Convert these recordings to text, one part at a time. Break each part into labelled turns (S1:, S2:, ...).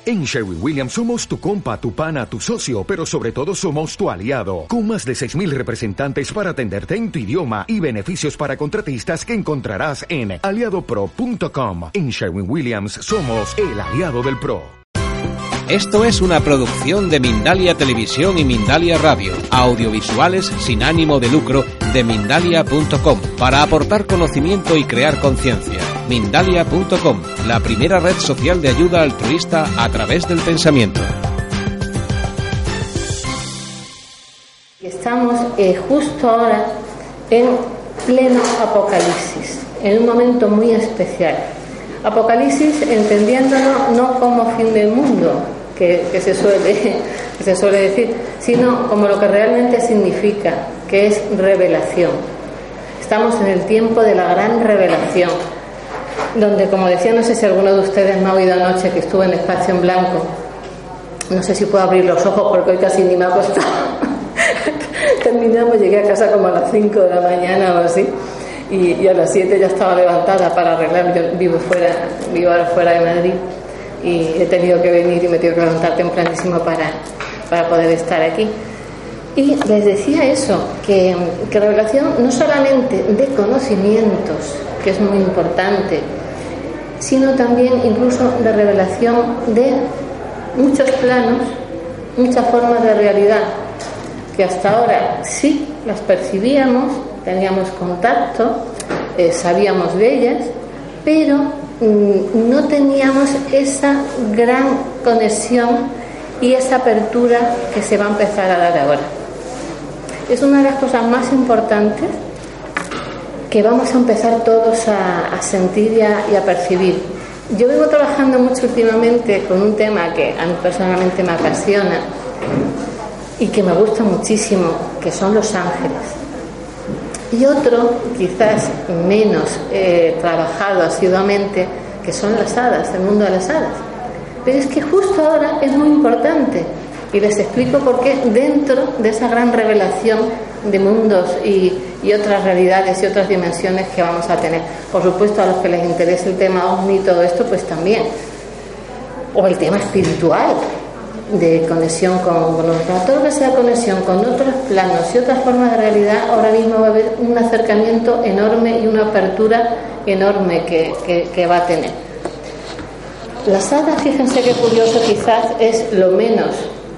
S1: En Sherwin-Williams somos tu compa, tu pana, tu socio, pero sobre todo somos tu aliado, con más de 6,000 representantes para atenderte en tu idioma y beneficios para contratistas que encontrarás en aliadopro.com. En Sherwin-Williams somos el aliado del pro.
S2: Esto es una producción de Mindalia Televisión y Mindalia Radio, audiovisuales sin ánimo de lucro de Mindalia.com, para aportar conocimiento y crear conciencia. Mindalia.com, la primera red social de ayuda altruista a través del pensamiento.
S3: Estamos justo ahora en pleno apocalipsis, en un momento muy especial. Apocalipsis entendiéndolo no como fin del mundo, que se suele decir, sino como lo que realmente significa, que es revelación. Estamos en el tiempo de la gran revelación, donde, como decía, no sé si alguno de ustedes me ha oído anoche que estuve en Espacio en Blanco. No sé si puedo abrir los ojos porque hoy casi ni me ha costado. Terminamos, llegué a casa como a las 5 de la mañana o así, y a las 7 ya estaba levantada para arreglar. Yo vivo ahora fuera de Madrid y he tenido que venir y me tengo que levantar tempranísimo para poder estar aquí. Y les decía eso, que revelación no solamente de conocimientos, que es muy importante, sino también incluso de revelación de muchos planos, muchas formas de realidad, que hasta ahora sí las percibíamos, teníamos contacto, sabíamos de ellas, pero no teníamos esa gran conexión y esa apertura que se va a empezar a dar ahora. Es una de las cosas más importantes que vamos a empezar todos a sentir y a percibir. Yo vengo trabajando mucho últimamente con un tema que a mí personalmente me apasiona y que me gusta muchísimo, que son los ángeles. Y otro, quizás menos trabajado asiduamente, que son las hadas, el mundo de las hadas. Pero es que justo ahora es muy importante, y les explico por qué, dentro de esa gran revelación de mundos y otras realidades y otras dimensiones que vamos a tener. Por supuesto, a los que les interese el tema OVNI y todo esto, pues también. O el tema espiritual, de conexión con todo lo que sea conexión con otros planos y otras formas de realidad. Ahora mismo va a haber un acercamiento enorme y una apertura enorme que va a tener. Las hadas, fíjense qué curioso, quizás es lo menos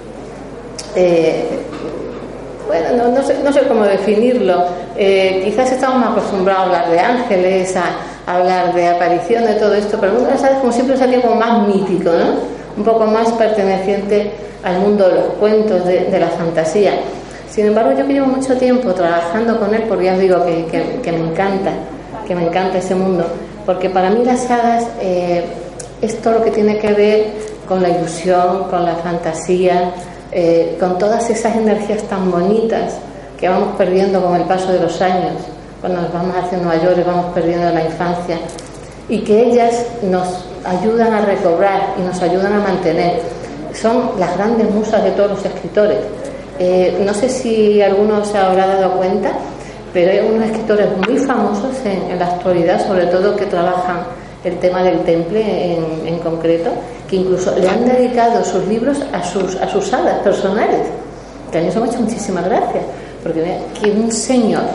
S3: bueno, no sé cómo definirlo. Quizás estamos más acostumbrados a hablar de ángeles, a hablar de apariciones, de todo esto, pero el mundo de las hadas, como siempre, salía como más mítico, ¿no? Un poco más perteneciente al mundo de los cuentos, de la fantasía. Sin embargo, yo que llevo mucho tiempo trabajando con él, porque ya os digo que me encanta ese mundo, porque para mí las hadas es todo lo que tiene que ver con la ilusión, con la fantasía, con todas esas energías tan bonitas que vamos perdiendo con el paso de los años, cuando nos vamos haciendo mayores, vamos perdiendo la infancia, y que ellas nos ayudan a recobrar y nos ayudan a mantener. Son las grandes musas de todos los escritores. No sé si alguno se habrá dado cuenta, pero hay unos escritores muy famosos en la actualidad, sobre todo que trabajan el tema del temple en concreto, que incluso le han dedicado sus libros a sus hadas personales, que a mí eso me ha hecho muchísimas gracias, porque que un señor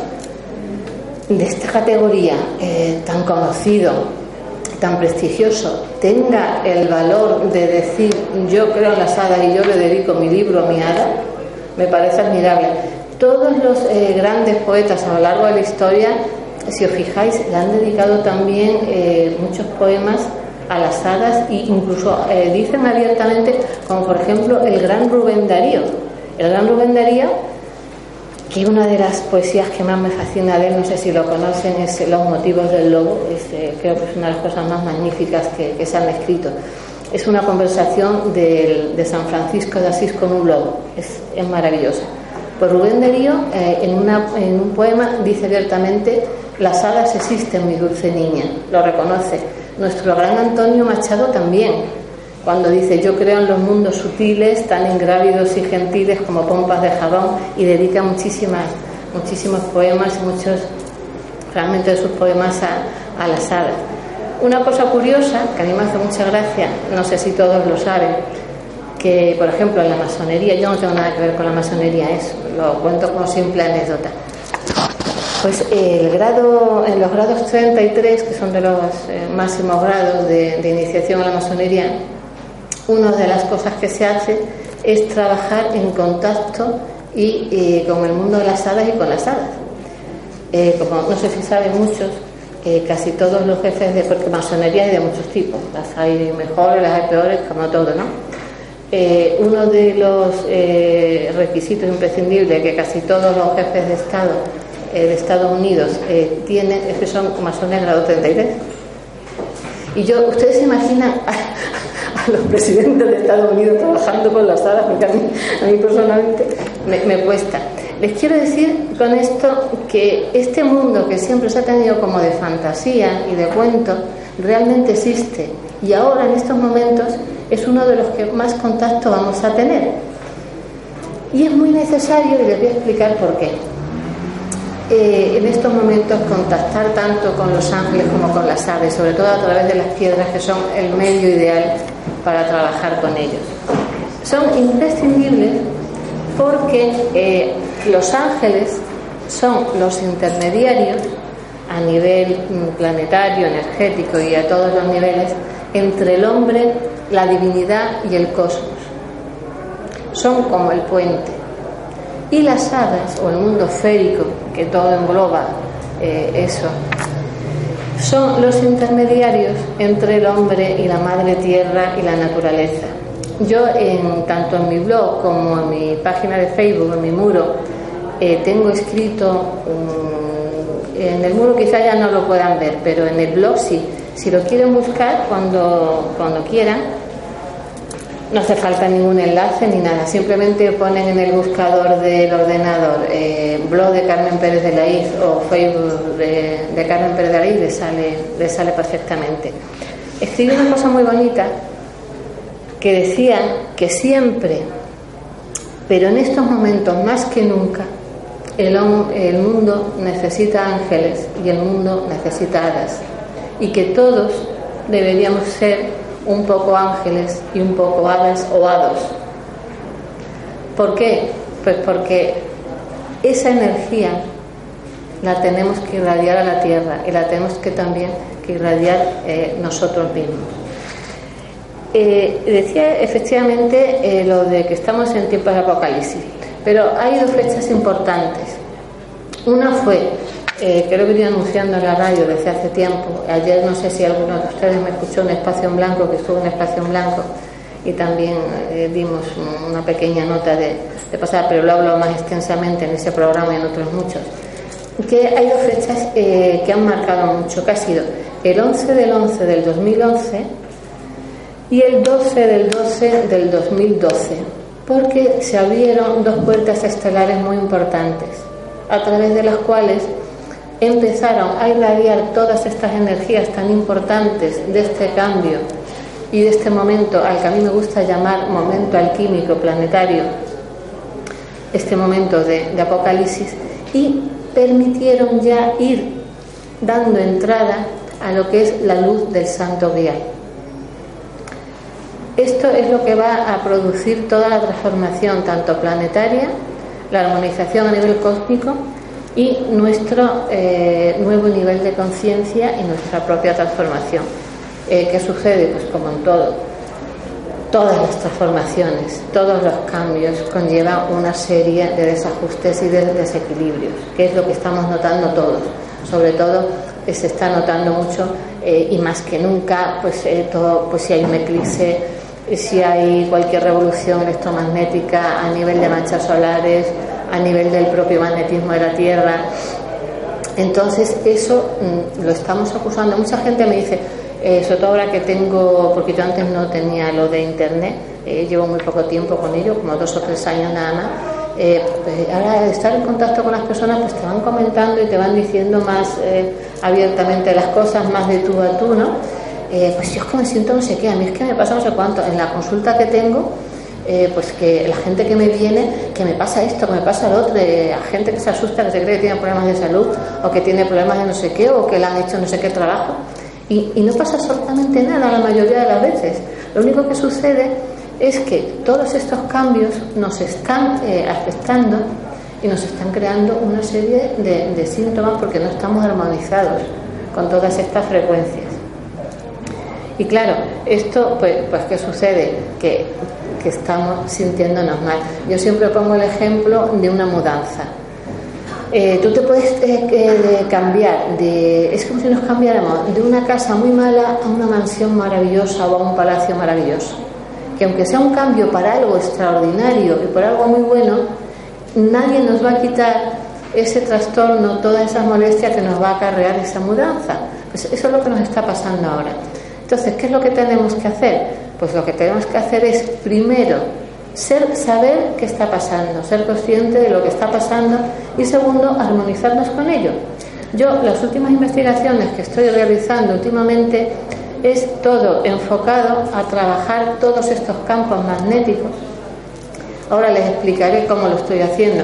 S3: de esta categoría tan conocido, tan prestigioso, tenga el valor de decir yo creo en las hadas y yo le dedico mi libro a mi hada, me parece admirable. Todos los grandes poetas a lo largo de la historia, si os fijáis, le han dedicado también muchos poemas a las hadas, e incluso dicen abiertamente, como por ejemplo el gran Rubén Darío. El gran Rubén Darío, que una de las poesías que más me fascina de él, no sé si lo conocen, es Los motivos del lobo. Creo que es una de las cosas más magníficas que se han escrito. Es una conversación de San Francisco de Asís con un lobo, es maravillosa. Pues Rubén Darío en un poema dice abiertamente: las hadas existen, mi dulce niña, lo reconoce. Nuestro gran Antonio Machado también, cuando dice yo creo en los mundos sutiles, tan ingrávidos y gentiles como pompas de jabón, y dedica muchísimos poemas y muchos fragmentos de sus poemas a las hadas. Una cosa curiosa, que a mí me hace mucha gracia, no sé si todos lo saben, que por ejemplo en la masonería, yo no tengo nada que ver con la masonería, lo cuento como simple anécdota. Pues en los grados 33, que son de los máximos grados de iniciación a la masonería, una de las cosas que se hace es trabajar en contacto con el mundo de las hadas y con las hadas. Como no sé si saben muchos, casi todos los jefes porque masonería hay de muchos tipos, las hay mejores, las hay peores, como todo, ¿no? Uno de los requisitos imprescindibles que casi todos los jefes de Estado de Estados Unidos tienen es que son masones grado 33. Y ustedes se imaginan a los presidentes de Estados Unidos trabajando con las hadas, porque a mí personalmente me cuesta. Les quiero decir con esto que este mundo que siempre se ha tenido como de fantasía y de cuento realmente existe, y ahora en estos momentos es uno de los que más contacto vamos a tener, y es muy necesario, y les voy a explicar por qué. En estos momentos contactar tanto con los ángeles como con las aves, sobre todo a través de las piedras, que son el medio ideal para trabajar con ellos. Son imprescindibles porque los ángeles son los intermediarios a nivel planetario, energético y a todos los niveles entre el hombre, la divinidad y el cosmos. Son como el puente. Y las hadas, o el mundo férico, que todo engloba eso, son los intermediarios entre el hombre y la madre tierra y la naturaleza. Yo, tanto en mi blog como en mi página de Facebook, en mi muro, tengo escrito, en el muro quizá ya no lo puedan ver, pero en el blog sí. Si lo quieren buscar cuando quieran, no hace falta ningún enlace ni nada, simplemente ponen en el buscador del ordenador blog de Carmen Pérez de Laíz o Facebook de Carmen Pérez de Laíz, le sale perfectamente. Escribí una cosa muy bonita que decía que siempre, pero en estos momentos más que nunca, el mundo necesita ángeles y el mundo necesita hadas, y que todos deberíamos ser un poco ángeles y un poco hadas o hados. ¿Por qué? Pues porque esa energía la tenemos que irradiar a la tierra y la tenemos que también que irradiar nosotros mismos. Decía efectivamente lo de que estamos en tiempos de apocalipsis, pero hay dos fechas importantes. Una fue que lo he venido anunciando en la radio desde hace tiempo. Ayer no sé si alguno de ustedes me escuchó en Espacio en Blanco, que estuvo en Espacio en Blanco, y también dimos una pequeña nota de pasada, pero lo hablo más extensamente en ese programa y en otros muchos. Que hay dos fechas que han marcado mucho, que ha sido el 11 del 11 del 2011 y el 12 del 12 del 2012, porque se abrieron dos puertas estelares muy importantes, a través de las cuales empezaron a irradiar todas estas energías tan importantes de este cambio y de este momento al que a mí me gusta llamar momento alquímico planetario, este momento de apocalipsis, y permitieron ya ir dando entrada a lo que es la luz del Santo Grial. Esto es lo que va a producir toda la transformación, tanto planetaria, la armonización a nivel cósmico y nuestro nuevo nivel de conciencia y nuestra propia transformación. ¿Qué sucede? Pues como en todo, todas las transformaciones, todos los cambios conllevan una serie de desajustes y de desequilibrios, que es lo que estamos notando todos. Sobre todo se está notando mucho y más que nunca, pues si hay un eclipse, si hay cualquier revolución electromagnética a nivel de manchas solares, a nivel del propio magnetismo de la Tierra. Entonces eso lo estamos acusando. Mucha gente me dice, sobre todo ahora que tengo, porque yo antes no tenía lo de internet, llevo muy poco tiempo con ello, como 2 o 3 años nada más, ahora de estar en contacto con las personas, pues te van comentando y te van diciendo más abiertamente las cosas, más de tú a tú, ¿no? Pues yo es que me siento no sé qué, a mí es que me pasa no sé cuánto. En la consulta que tengo, pues que la gente que me viene, que me pasa esto, que me pasa lo otro, a gente que se asusta, que se cree que tiene problemas de salud o que tiene problemas de no sé qué o que le han hecho no sé qué trabajo, Y no pasa absolutamente nada la mayoría de las veces. Lo único que sucede es que todos estos cambios nos están afectando y nos están creando una serie de síntomas porque no estamos armonizados con todas estas frecuencias. Y claro, esto pues ¿qué sucede? Que estamos sintiéndonos mal. Yo siempre pongo el ejemplo de una mudanza. Tú te puedes cambiar es como si nos cambiáramos de una casa muy mala a una mansión maravillosa o a un palacio maravilloso, que aunque sea un cambio para algo extraordinario y por algo muy bueno, nadie nos va a quitar ese trastorno, todas esas molestias que nos va a acarrear esa mudanza. Pues eso es lo que nos está pasando ahora. Entonces, ¿qué es lo que tenemos que hacer? Pues lo que tenemos que hacer es, primero, saber qué está pasando, ser consciente de lo que está pasando, y segundo, armonizarnos con ello. Yo, las últimas investigaciones que estoy realizando últimamente es todo enfocado a trabajar todos estos campos magnéticos. Ahora les explicaré cómo lo estoy haciendo,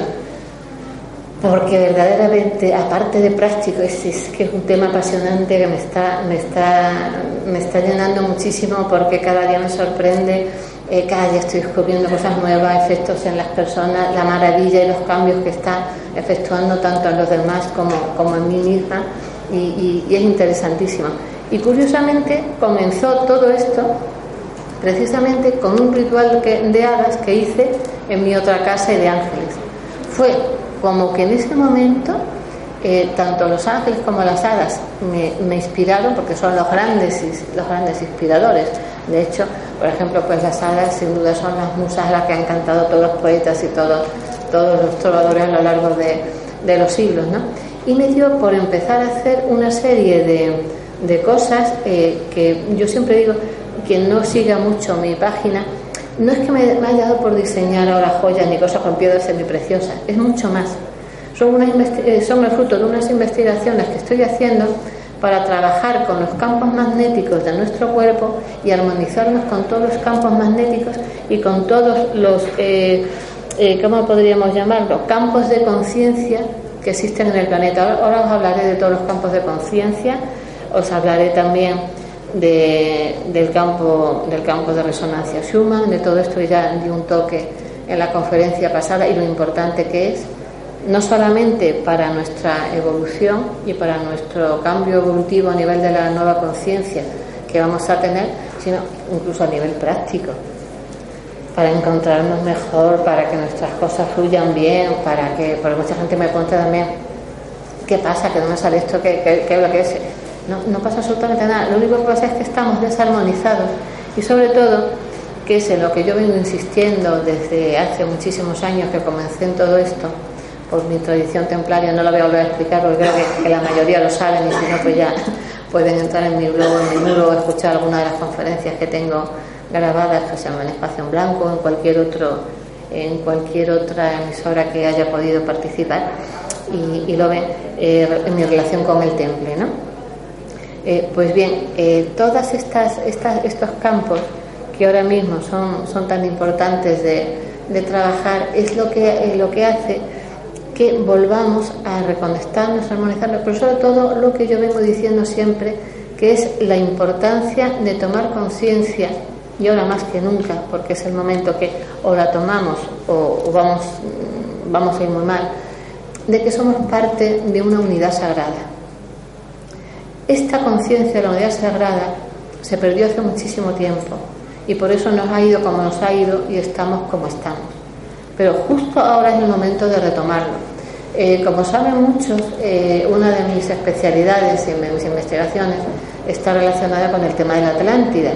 S3: porque verdaderamente, aparte de práctico, es que es un tema apasionante que me está llenando muchísimo, porque cada día me sorprende, cada día estoy descubriendo cosas nuevas, efectos en las personas, la maravilla y los cambios que está efectuando tanto en los demás como en mí misma, y es interesantísimo. Y curiosamente comenzó todo esto precisamente con un ritual de hadas que hice en mi otra casa y de ángeles. Fue como que en ese momento tanto los ángeles como las hadas me inspiraron, porque son los grandes inspiradores. De hecho, por ejemplo, pues las hadas sin duda son las musas a las que han cantado todos los poetas y todos los trovadores a lo largo de los siglos, ¿no? Y me dio por empezar a hacer una serie de cosas que yo siempre digo, quien no siga mucho mi página, no es que me haya dado por diseñar ahora joyas ni cosas con piedras semipreciosas, es mucho más. Son el fruto de unas investigaciones que estoy haciendo para trabajar con los campos magnéticos de nuestro cuerpo y armonizarnos con todos los campos magnéticos y con todos los, ¿cómo podríamos llamarlo?, campos de conciencia que existen en el planeta. Ahora os hablaré de todos los campos de conciencia, os hablaré también del campo de resonancia Schumann, de todo esto ya di un toque en la conferencia pasada, y lo importante que es, no solamente para nuestra evolución y para nuestro cambio evolutivo a nivel de la nueva conciencia que vamos a tener, sino incluso a nivel práctico, para encontrarnos mejor, para que nuestras cosas fluyan bien, porque mucha gente me pregunta también, ¿qué pasa? ¿Que no me sale esto? ¿Qué es lo que es? No pasa absolutamente nada. Lo único que pasa es que estamos desarmonizados, y sobre todo, que es en lo que yo vengo insistiendo desde hace muchísimos años que comencé en todo esto, por mi tradición templaria. No lo voy a volver a explicar porque creo que la mayoría lo saben, y si no, pues ya pueden entrar en mi blog, en mi muro, o escuchar alguna de las conferencias que tengo grabadas, que se llaman Espacio en Blanco, en cualquier otra emisora que haya podido participar, y lo ven en mi relación con el temple, ¿no? Pues bien, todas estos campos que ahora mismo son tan importantes de trabajar, es lo que hace que volvamos a reconectarnos, a armonizarnos, pero sobre todo lo que yo vengo diciendo siempre, que es la importancia de tomar conciencia, y ahora más que nunca, porque es el momento que o la tomamos o vamos a ir muy mal, de que somos parte de una unidad sagrada. Esta conciencia de la unidad sagrada se perdió hace muchísimo tiempo, y por eso nos ha ido como nos ha ido y estamos como estamos. Pero justo ahora es el momento de retomarlo. Como saben muchos, una de mis especialidades en mis investigaciones está relacionada con el tema de la Atlántida.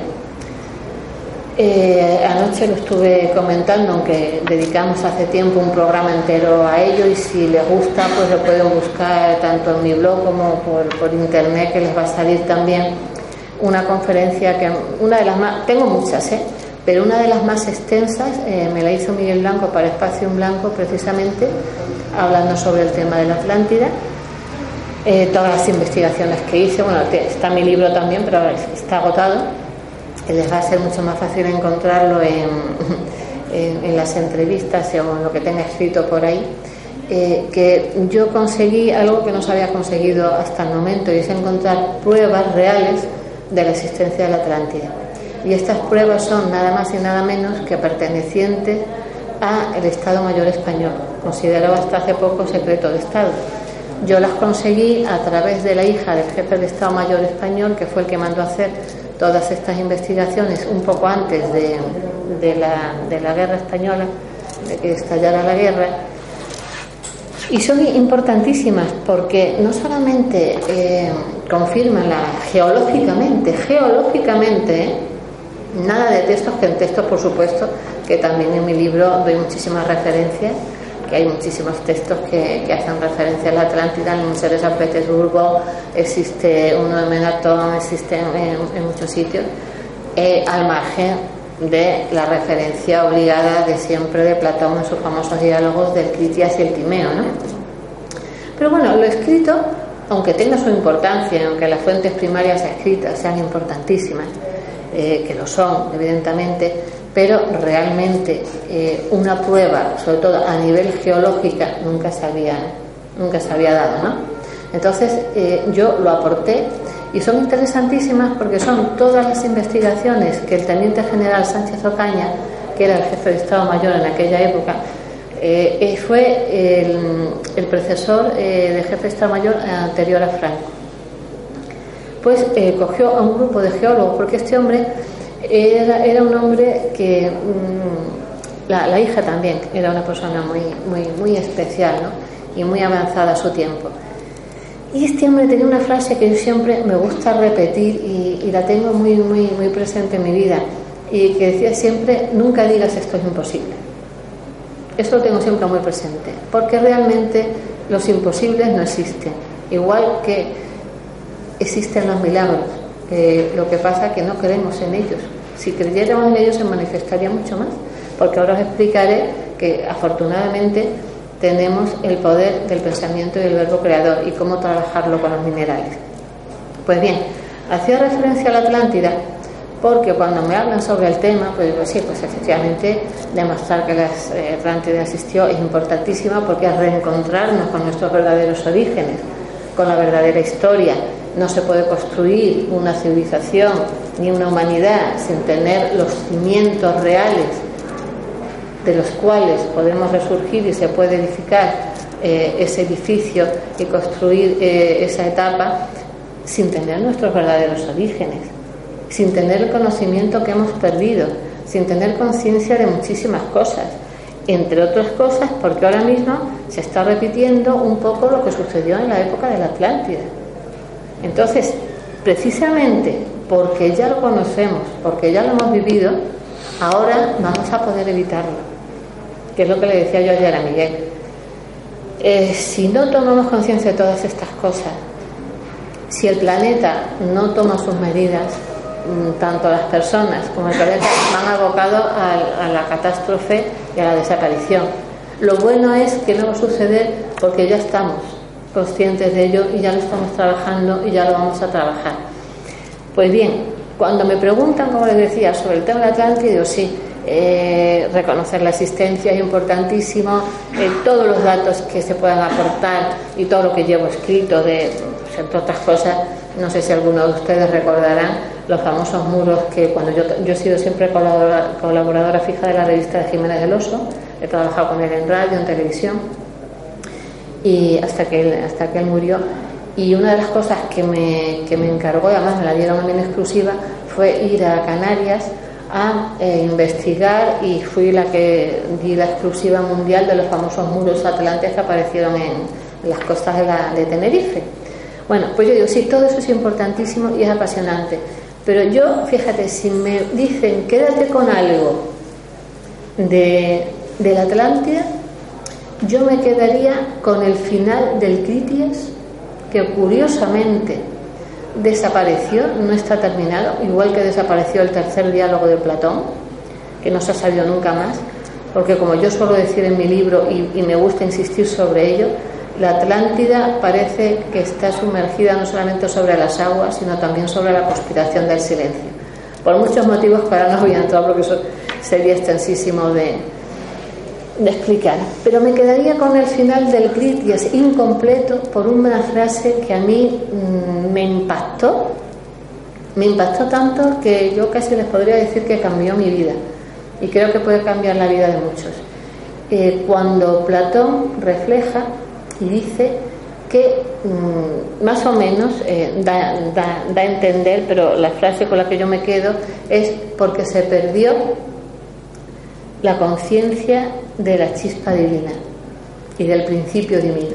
S3: Anoche lo estuve comentando, aunque dedicamos hace tiempo un programa entero a ello, y si les gusta pues lo pueden buscar tanto en mi blog como por internet, que les va a salir también una conferencia que una de las más, tengo muchas, pero una de las más extensas me la hizo Miguel Blanco para Espacio en Blanco, precisamente hablando sobre el tema de la Atlántida. Todas las investigaciones que hice, bueno, está mi libro también, pero ahora está agotado. Les va a ser mucho más fácil encontrarlo en las entrevistas o en lo que tenga escrito por ahí, que yo conseguí algo que no se había conseguido hasta el momento, y es encontrar pruebas reales de la existencia de la Atlántida. Y estas pruebas son nada más y nada menos que pertenecientes al Estado Mayor español, considerado hasta hace poco secreto de Estado. Yo las conseguí a través de la hija del jefe del Estado Mayor español, que fue el que mandó a hacer todas estas investigaciones un poco antes de la guerra española, de que estallara la guerra. Y son importantísimas porque no solamente confirman geológicamente, nada de textos, que en textos, por supuesto, que también en mi libro doy muchísimas referencias, que hay muchísimos textos que hacen referencia a la Atlántida. En el Museo de San Petersburgo existe uno de Menatón, existe en muchos sitios, al margen de la referencia obligada de siempre de Platón en sus famosos diálogos del Critias y el Timeo, ¿no? Pero bueno, lo escrito, aunque tenga su importancia, aunque las fuentes primarias escritas sean importantísimas, que lo son, evidentemente, pero realmente una prueba, sobre todo a nivel geológica, nunca se había dado, ¿no? Entonces yo lo aporté, y son interesantísimas porque son todas las investigaciones que el teniente general Sánchez Ocaña, que era el jefe de Estado Mayor en aquella época, fue el predecesor de jefe de Estado Mayor anterior a Franco. Pues cogió a un grupo de geólogos, porque este hombre era un hombre que la hija también era una persona muy especial, ¿no? Y muy avanzada a su tiempo. Y este hombre tenía una frase que yo siempre me gusta repetir y la tengo muy presente en mi vida, y que decía siempre: nunca digas esto es imposible. Esto lo tengo siempre muy presente, porque realmente los imposibles no existen, igual que existen los milagros. Lo que pasa es que no creemos en ellos. Si creyéramos en ellos se manifestaría mucho más, porque ahora os explicaré que afortunadamente tenemos el poder del pensamiento y del verbo creador, y cómo trabajarlo con los minerales. Pues bien, hacía referencia a la Atlántida porque cuando me hablan sobre el tema, pues digo, sí, pues efectivamente demostrar que la Atlántida existió es importantísima, porque es reencontrarnos con nuestros verdaderos orígenes, con la verdadera historia. No se puede construir una civilización ni una humanidad sin tener los cimientos reales de los cuales podemos resurgir y se puede edificar ese edificio y construir esa etapa, sin tener nuestros verdaderos orígenes, sin tener el conocimiento que hemos perdido, sin tener conciencia de muchísimas cosas, entre otras cosas porque ahora mismo se está repitiendo un poco lo que sucedió en la época de la Atlántida. Entonces, precisamente porque ya lo conocemos, porque ya lo hemos vivido, ahora vamos a poder evitarlo, que es lo que le decía yo ayer a Miguel. Si no tomamos conciencia de todas estas cosas, si el planeta no toma sus medidas, tanto las personas como el planeta van abocados a la catástrofe y a la desaparición. Lo bueno es que no va a suceder porque ya estamos conscientes de ello y ya lo estamos trabajando y ya lo vamos a trabajar. Pues bien, cuando me preguntan, como les decía, sobre el tema del Atlántico, digo sí, reconocer la existencia es importantísimo, todos los datos que se puedan aportar y todo lo que llevo escrito de, entre otras cosas, no sé si alguno de ustedes recordarán los famosos muros que cuando yo he sido siempre colaboradora fija de la revista de Jiménez del Oso, he trabajado con él en radio, en televisión, y hasta que él murió. Y una de las cosas que me encargó, y además me la dieron a mí en exclusiva, fue ir a Canarias a investigar, y fui la que di la exclusiva mundial de los famosos muros atlantes que aparecieron en las costas de Tenerife. Bueno, pues yo digo, sí, todo eso es importantísimo y es apasionante, pero yo, fíjate, si me dicen quédate con algo de la Atlántida, yo me quedaría con el final del Critias, que curiosamente desapareció, no está terminado, igual que desapareció el tercer diálogo de Platón, que no se ha sabido nunca más, porque como yo suelo decir en mi libro y me gusta insistir sobre ello, la Atlántida parece que está sumergida no solamente sobre las aguas, sino también sobre la conspiración del silencio, por muchos motivos que ahora no voy a entrar porque eso sería extensísimo de explicar, pero me quedaría con el final del Critias incompleto por una frase que a mí me impactó me impactó tanto que yo casi les podría decir que cambió mi vida, y creo que puede cambiar la vida de muchos. Cuando Platón refleja y dice que más o menos da a entender, pero la frase con la que yo me quedo es porque se perdió la conciencia de la chispa divina y del principio divino.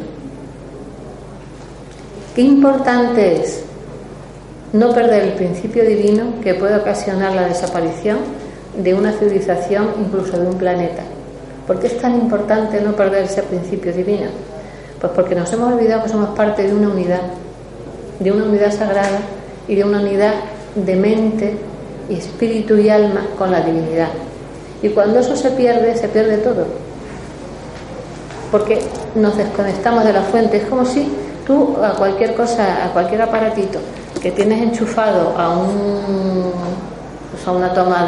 S3: Qué importante es no perder el principio divino, que puede ocasionar la desaparición de una civilización, incluso de un planeta. ¿Por qué es tan importante no perder ese principio divino? Pues porque nos hemos olvidado que somos parte de una unidad sagrada y de una unidad de mente, espíritu y alma con la divinidad. Y cuando eso se pierde todo. Porque nos desconectamos de la fuente. Es como si tú a cualquier cosa, a cualquier aparatito que tienes enchufado a una toma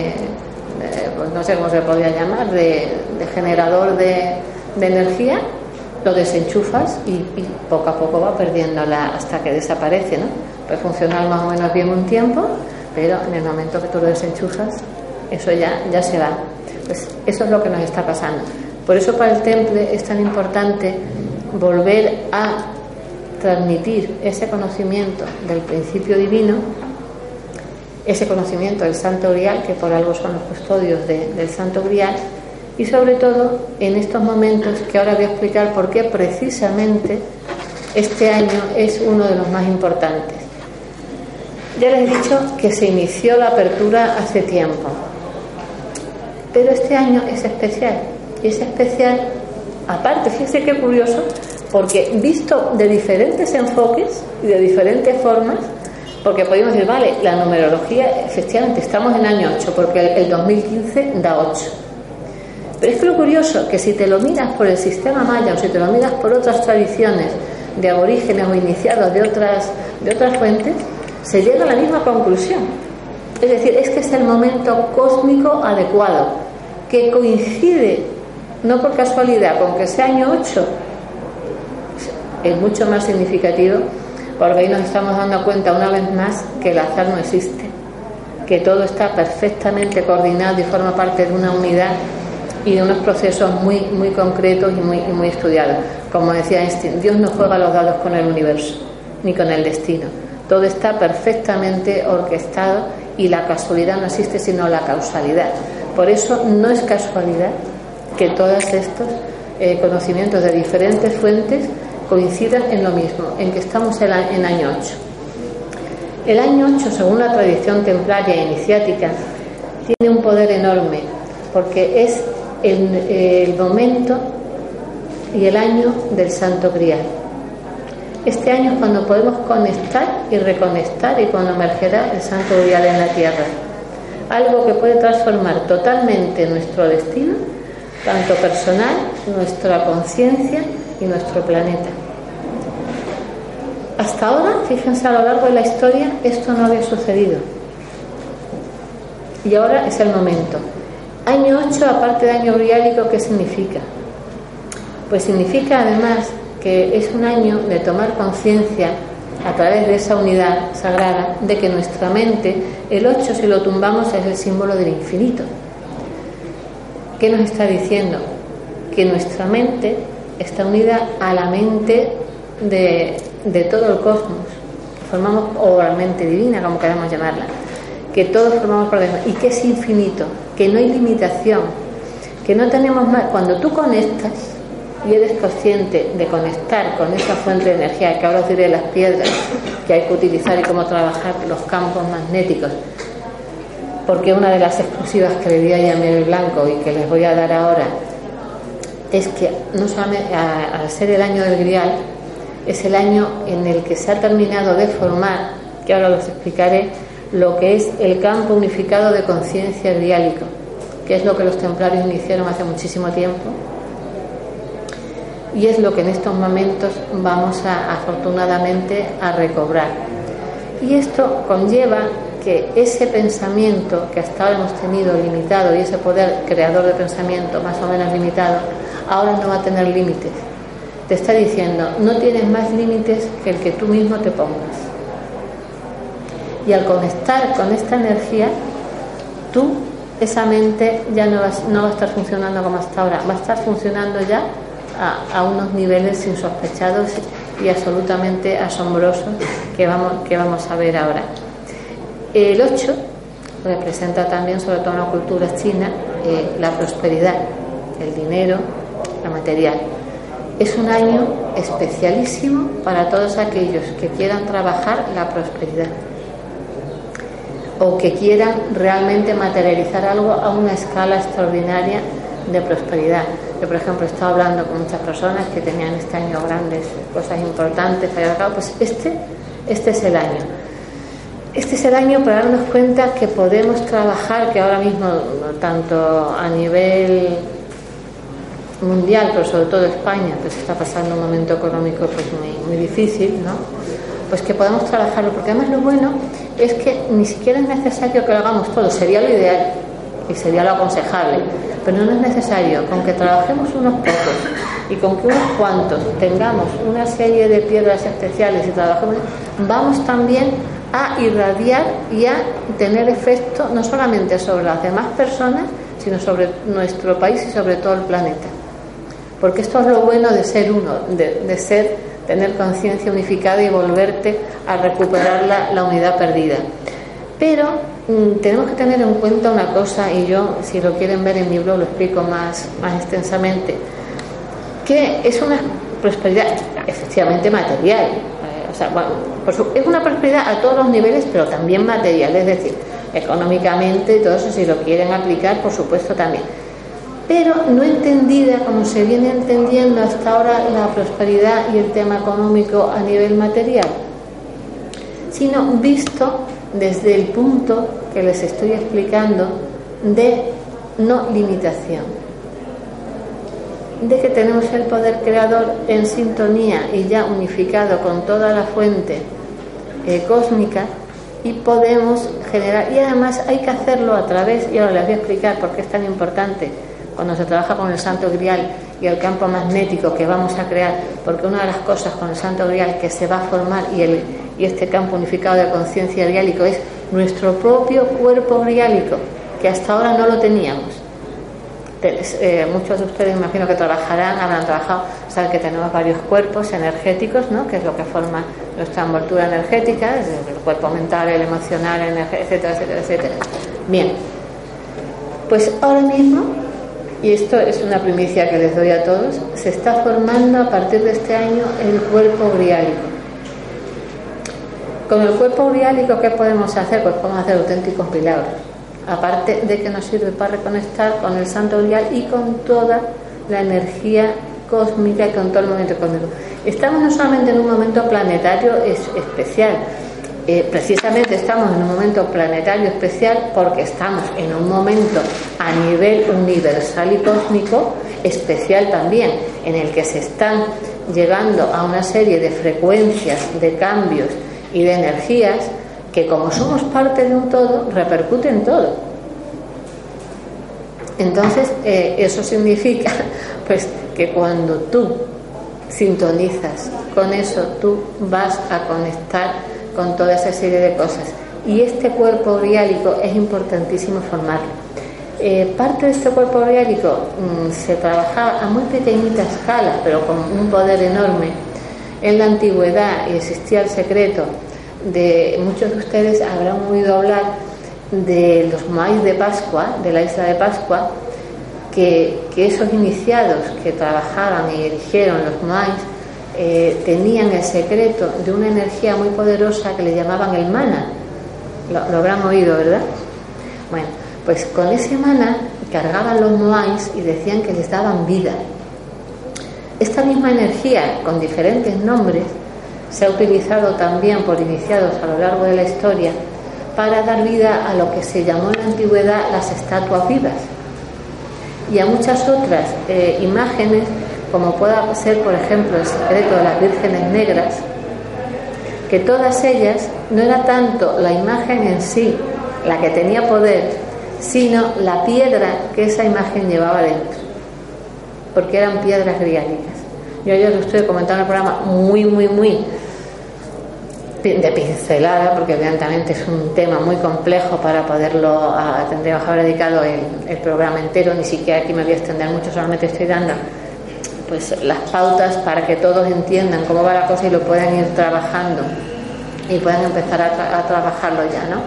S3: pues no sé cómo se podría llamar, de generador de energía, lo desenchufas y poco a poco va perdiéndola hasta que desaparece, ¿no? Puede funcionar más o menos bien un tiempo, pero en el momento que tú lo desenchufas, eso ya se va. Pues eso es lo que nos está pasando. Por eso para el Temple es tan importante volver a transmitir ese conocimiento del principio divino, ese conocimiento del Santo Grial, que por algo son los custodios del Santo Grial, y sobre todo en estos momentos que ahora voy a explicar por qué precisamente este año es uno de los más importantes. Ya les he dicho que se inició la apertura hace tiempo, pero este año es especial, y es especial aparte, fíjense qué curioso, porque visto de diferentes enfoques y de diferentes formas, porque podemos decir, vale, la numerología, efectivamente estamos en año 8, porque el 2015 da 8. Pero es que lo curioso, que si te lo miras por el sistema maya o si te lo miras por otras tradiciones de aborígenes o iniciados de otras fuentes, se llega a la misma conclusión. Es decir, es que es el momento cósmico adecuado, que coincide, no por casualidad, con que sea año 8, es mucho más significativo, porque ahí nos estamos dando cuenta una vez más que el azar no existe, que todo está perfectamente coordinado y forma parte de una unidad y de unos procesos muy, muy concretos y muy estudiados. Como decía Einstein, Dios no juega los dados con el universo ni con el destino, todo está perfectamente orquestado y la casualidad no existe sino la causalidad. Por eso no es casualidad que todos estos conocimientos de diferentes fuentes coincidan en lo mismo, en que estamos en año 8. El año 8, según la tradición templaria e iniciática, tiene un poder enorme, porque es el momento y el año del Santo Grial. Este año es cuando podemos conectar y reconectar, y cuando emergerá el Santo Grial en la tierra. Algo que puede transformar totalmente nuestro destino, tanto personal, nuestra conciencia y nuestro planeta. Hasta ahora, fíjense, a lo largo de la historia esto no había sucedido, y ahora es el momento. Año 8, aparte de año griálico, ¿qué significa? Pues significa además que es un año de tomar conciencia a través de esa unidad sagrada de que nuestra mente, el 8 si lo tumbamos es el símbolo del infinito. ¿Qué nos está diciendo? Que nuestra mente está unida a la mente de todo el cosmos, que formamos, o la mente divina, como queramos llamarla, que todos formamos parte de eso, y que es infinito, que no hay limitación, que no tenemos más. Cuando tú conectas y eres consciente de conectar con esa fuente de energía, que ahora os diré las piedras que hay que utilizar y cómo trabajar los campos magnéticos, porque una de las exclusivas que le di a Yamel Blanco y que les voy a dar ahora es que no solamente al ser el año del Grial, es el año en el que se ha terminado de formar, que ahora os explicaré, lo que es el campo unificado de conciencia griálico, que es lo que los templarios iniciaron hace muchísimo tiempo, y es lo que en estos momentos vamos afortunadamente a recobrar. Y esto conlleva que ese pensamiento que hasta ahora hemos tenido limitado, y ese poder creador de pensamiento más o menos limitado, ahora no va a tener límites. Te está diciendo, no tienes más límites que el que tú mismo te pongas. Y al conectar con esta energía, esa mente ya no va a estar funcionando como hasta ahora, va a estar funcionando ya a unos niveles insospechados y absolutamente asombrosos que vamos a ver ahora. El 8 representa también, sobre todo en la cultura china, la prosperidad, el dinero, la material. Es un año especialísimo para todos aquellos que quieran trabajar la prosperidad o que quieran realmente materializar algo a una escala extraordinaria de prosperidad. Yo, por ejemplo, he estado hablando con muchas personas que tenían este año grandes cosas importantes para llevar a cabo. Pues este es el año. Este es el año para darnos cuenta que podemos trabajar, que ahora mismo, tanto a nivel mundial, pero sobre todo España, pues está pasando un momento económico pues muy difícil, ¿no? Pues que podemos trabajarlo, porque además lo bueno es que ni siquiera es necesario que lo hagamos todo, sería lo ideal y sería lo aconsejable, pero no es necesario. Con que trabajemos unos pocos y con que unos cuantos tengamos una serie de piedras especiales y trabajemos, vamos también a irradiar y a tener efecto no solamente sobre las demás personas, sino sobre nuestro país y sobre todo el planeta. Porque esto es lo bueno de ser uno, de tener conciencia unificada y volverte a recuperar la unidad perdida. Pero tenemos que tener en cuenta una cosa, y yo, si lo quieren ver en mi blog, lo explico más extensamente, que es una prosperidad efectivamente material. Es una prosperidad a todos los niveles, pero también material, es decir, económicamente y todo eso, si lo quieren aplicar, por supuesto también. Pero no entendida como se viene entendiendo hasta ahora la prosperidad y el tema económico a nivel material, sino visto desde el punto que les estoy explicando de no limitación, de que tenemos el poder creador en sintonía y ya unificado con toda la fuente cósmica, y podemos generar, y además hay que hacerlo a través, y ahora les voy a explicar por qué es tan importante cuando se trabaja con el Santo Grial y el campo magnético que vamos a crear, porque una de las cosas con el Santo Grial que se va a formar y este campo unificado de conciencia griálico es nuestro propio cuerpo griálico, que hasta ahora no lo teníamos. Muchos de ustedes, imagino que habrán trabajado, saben que tenemos varios cuerpos energéticos, ¿no? Que es lo que forma nuestra envoltura energética, desde el cuerpo mental, el emocional, etcétera, etcétera, etcétera. Bien, pues ahora mismo, y esto es una primicia que les doy a todos, se está formando a partir de este año el cuerpo griálico. Con el cuerpo griálico, ¿qué podemos hacer? Pues podemos hacer auténticos milagros. Aparte de que nos sirve para reconectar con el Santo Grial y con toda la energía cósmica y con todo el momento cósmico. Estamos no solamente en un momento planetario especial, precisamente estamos en un momento planetario especial porque estamos en un momento a nivel universal y cósmico especial también, en el que se están llegando a una serie de frecuencias, de cambios y de energías que, como somos parte de un todo, repercute en todo. Entonces eso significa pues que cuando tú sintonizas con eso, tú vas a conectar con toda esa serie de cosas, y este cuerpo griálico es importantísimo formarlo. Parte de este cuerpo griálico se trabajaba a muy pequeñita escala, pero con un poder enorme en la antigüedad, y existía el secreto de muchos de ustedes habrán oído hablar de los moais de Pascua, de la isla de Pascua, que esos iniciados que trabajaban y erigieron los moais tenían el secreto de una energía muy poderosa que le llamaban el mana. Lo habrán oído, ¿verdad? Bueno, pues con ese mana cargaban los moais y decían que les daban vida. Esta misma energía, con diferentes nombres, se ha utilizado también por iniciados a lo largo de la historia para dar vida a lo que se llamó en la antigüedad las estatuas vivas, y a muchas otras imágenes, como pueda ser, por ejemplo, el secreto de las vírgenes negras, que todas ellas no era tanto la imagen en sí la que tenía poder, sino la piedra que esa imagen llevaba dentro, porque eran piedras griálicas. Yo ayer lo estoy comentando en el programa muy de pincelada, porque evidentemente es un tema muy complejo para poderlo, tendríamos que haber dedicado el programa entero, ni siquiera aquí me voy a extender mucho, solamente estoy dando pues las pautas para que todos entiendan cómo va la cosa y lo puedan ir trabajando y puedan empezar a trabajarlo ya, ¿no?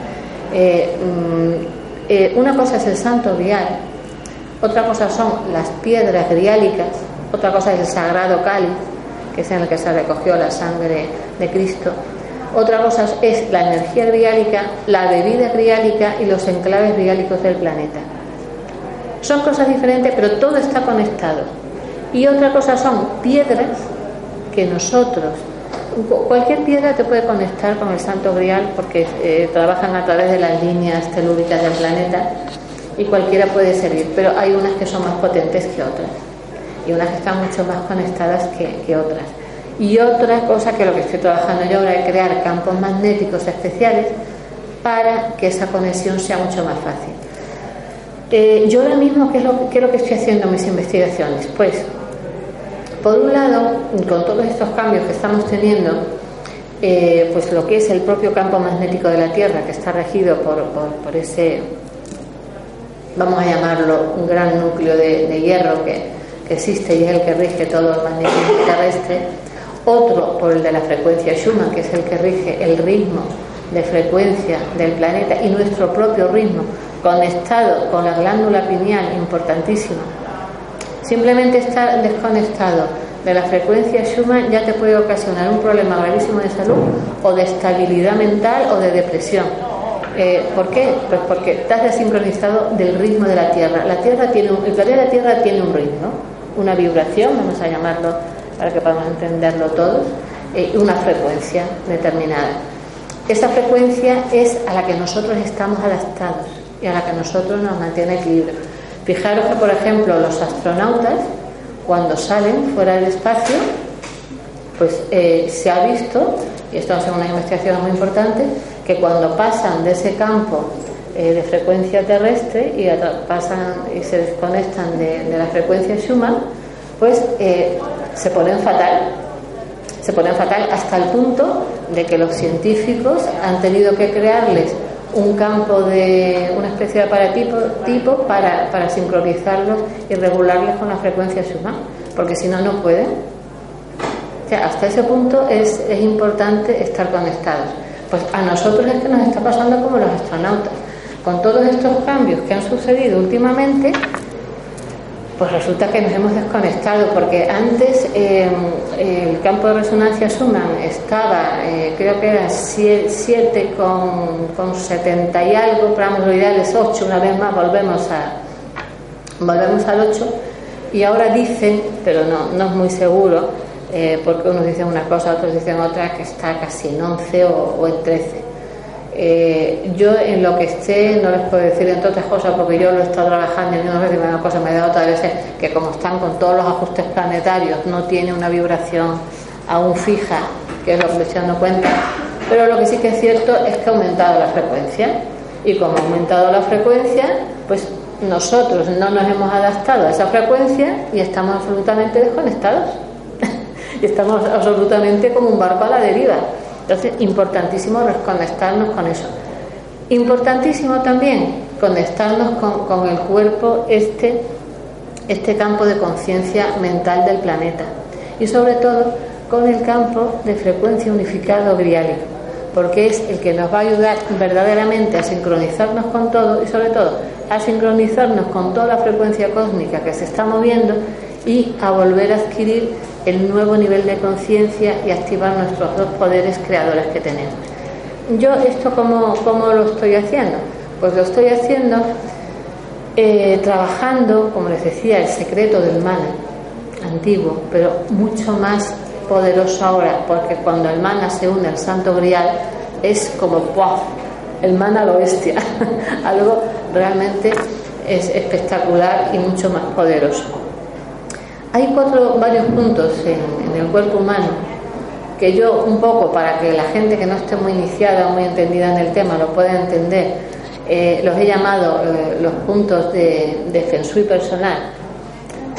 S3: Una cosa es el Santo Grial, otra cosa son las piedras griálicas, otra cosa es el Sagrado Cáliz, que es en el que se recogió la sangre de Cristo. Otra cosa es la energía griálica, la bebida griálica y los enclaves griálicos del planeta. Son cosas diferentes, pero todo está conectado. Y otra cosa son piedras que nosotros, cualquier piedra te puede conectar con el Santo Grial, porque trabajan a través de las líneas telúricas del planeta, y cualquiera puede servir, pero hay unas que son más potentes que otras, y unas que están mucho más conectadas que otras. Y otra cosa que lo que estoy trabajando yo ahora es crear campos magnéticos especiales para que esa conexión sea mucho más fácil. Yo ahora mismo, ¿qué es lo que estoy haciendo en mis investigaciones? Pues, por un lado, con todos estos cambios que estamos teniendo, pues lo que es el propio campo magnético de la Tierra, que está regido por ese, vamos a llamarlo, un gran núcleo de hierro que existe y es el que rige todo el magnetismo terrestre. Otro por el de la frecuencia Schumann, que es el que rige el ritmo de frecuencia del planeta y nuestro propio ritmo, conectado con la glándula pineal, importantísimo. Simplemente estar desconectado de la frecuencia Schumann ya te puede ocasionar un problema gravísimo de salud o de estabilidad mental o de depresión. ¿Por qué? Pues porque estás desincronizado del ritmo de la Tierra. El planeta Tierra tiene un ritmo, una vibración, vamos a llamarlo para que podamos entenderlo todos, una frecuencia determinada. Esa frecuencia es a la que nosotros estamos adaptados y a la que nosotros nos mantiene equilibrio. Fijaros que, por ejemplo, los astronautas, cuando salen fuera del espacio, pues se ha visto, y esto es una investigación muy importante, que cuando pasan de ese campo de frecuencia terrestre y pasan y se desconectan de la frecuencia Schumann, pues se ponen fatal hasta el punto de que los científicos han tenido que crearles un campo de una especie de aparatipo para sincronizarlos y regularlos con la frecuencia Schumann, porque si no, no pueden. O sea, hasta ese punto es importante estar conectados. Pues a nosotros es que nos está pasando como los astronautas. Con todos estos cambios que han sucedido últimamente, pues resulta que nos hemos desconectado, porque antes el campo de resonancia Schumann estaba, creo que era 7,70 y algo, pero vamos, lo ideal es 8, una vez más volvemos al 8, y ahora dicen, pero no es muy seguro, porque unos dicen una cosa, otros dicen otra, que está casi en 11 o en 13. Yo en lo que esté no les puedo decir, entre otras cosas, porque yo lo he estado trabajando y una vez una cosa me he dado otras veces, que como están con todos los ajustes planetarios no tiene una vibración aún fija, que es lo que me estoy dando cuenta, pero lo que sí que es cierto es que ha aumentado la frecuencia, y como ha aumentado la frecuencia, pues nosotros no nos hemos adaptado a esa frecuencia y estamos absolutamente desconectados y estamos absolutamente como un barco a la deriva. Entonces, importantísimo reconectarnos con eso. Importantísimo también conectarnos con el cuerpo, este campo de conciencia mental del planeta, y sobre todo con el campo de frecuencia unificado griálico, porque es el que nos va a ayudar verdaderamente a sincronizarnos con todo, y sobre todo a sincronizarnos con toda la frecuencia cósmica que se está moviendo, y a volver a adquirir el nuevo nivel de conciencia y activar nuestros dos poderes creadores que tenemos. Yo esto ¿cómo lo estoy haciendo? Pues lo estoy haciendo trabajando, como les decía, el secreto del mana antiguo, pero mucho más poderoso ahora, porque cuando el mana se une al Santo Grial es como ¡puaf! El mana a lo bestia algo realmente es espectacular y mucho más poderoso. Hay varios puntos en el cuerpo humano que yo, un poco para que la gente que no esté muy iniciada o muy entendida en el tema lo pueda entender, los he llamado los puntos de Feng Shui personal.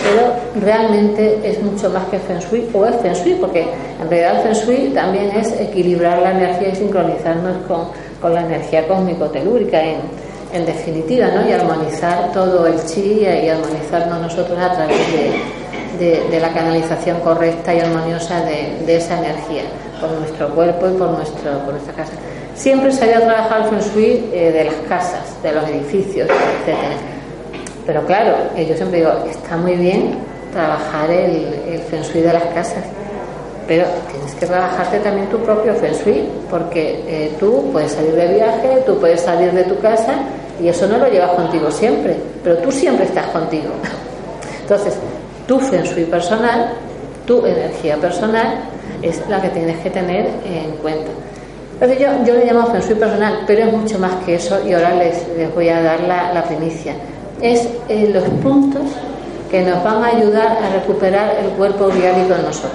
S3: pero realmente es mucho más que Feng Shui, o es Feng Shui, porque en realidad el Feng Shui también es equilibrar la energía y sincronizarnos con la energía cósmico-telúrica en definitiva, ¿no? Y armonizar todo el chi y armonizarnos nosotros a través de la canalización correcta y armoniosa de esa energía por nuestro cuerpo y por nuestra casa. Siempre se había trabajado el Feng Shui de las casas, de los edificios, etcétera. Pero claro, yo siempre digo, está muy bien trabajar el Feng Shui de las casas, pero tienes que trabajarte también tu propio Feng Shui, porque tú puedes salir de viaje, tú puedes salir de tu casa y eso no lo llevas contigo siempre, pero tú siempre estás contigo. Entonces, tu Feng Shui personal, tu energía personal es la que tienes que tener en cuenta. Entonces yo le llamo Feng Shui personal, pero es mucho más que eso y ahora les voy a dar la primicia. Es los puntos que nos van a ayudar a recuperar el cuerpo biálico en nosotros.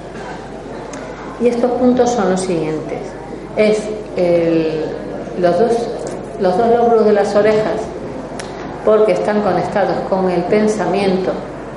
S3: Y estos puntos son los siguientes. Es los dos lóbulos de las orejas, porque están conectados con el pensamiento.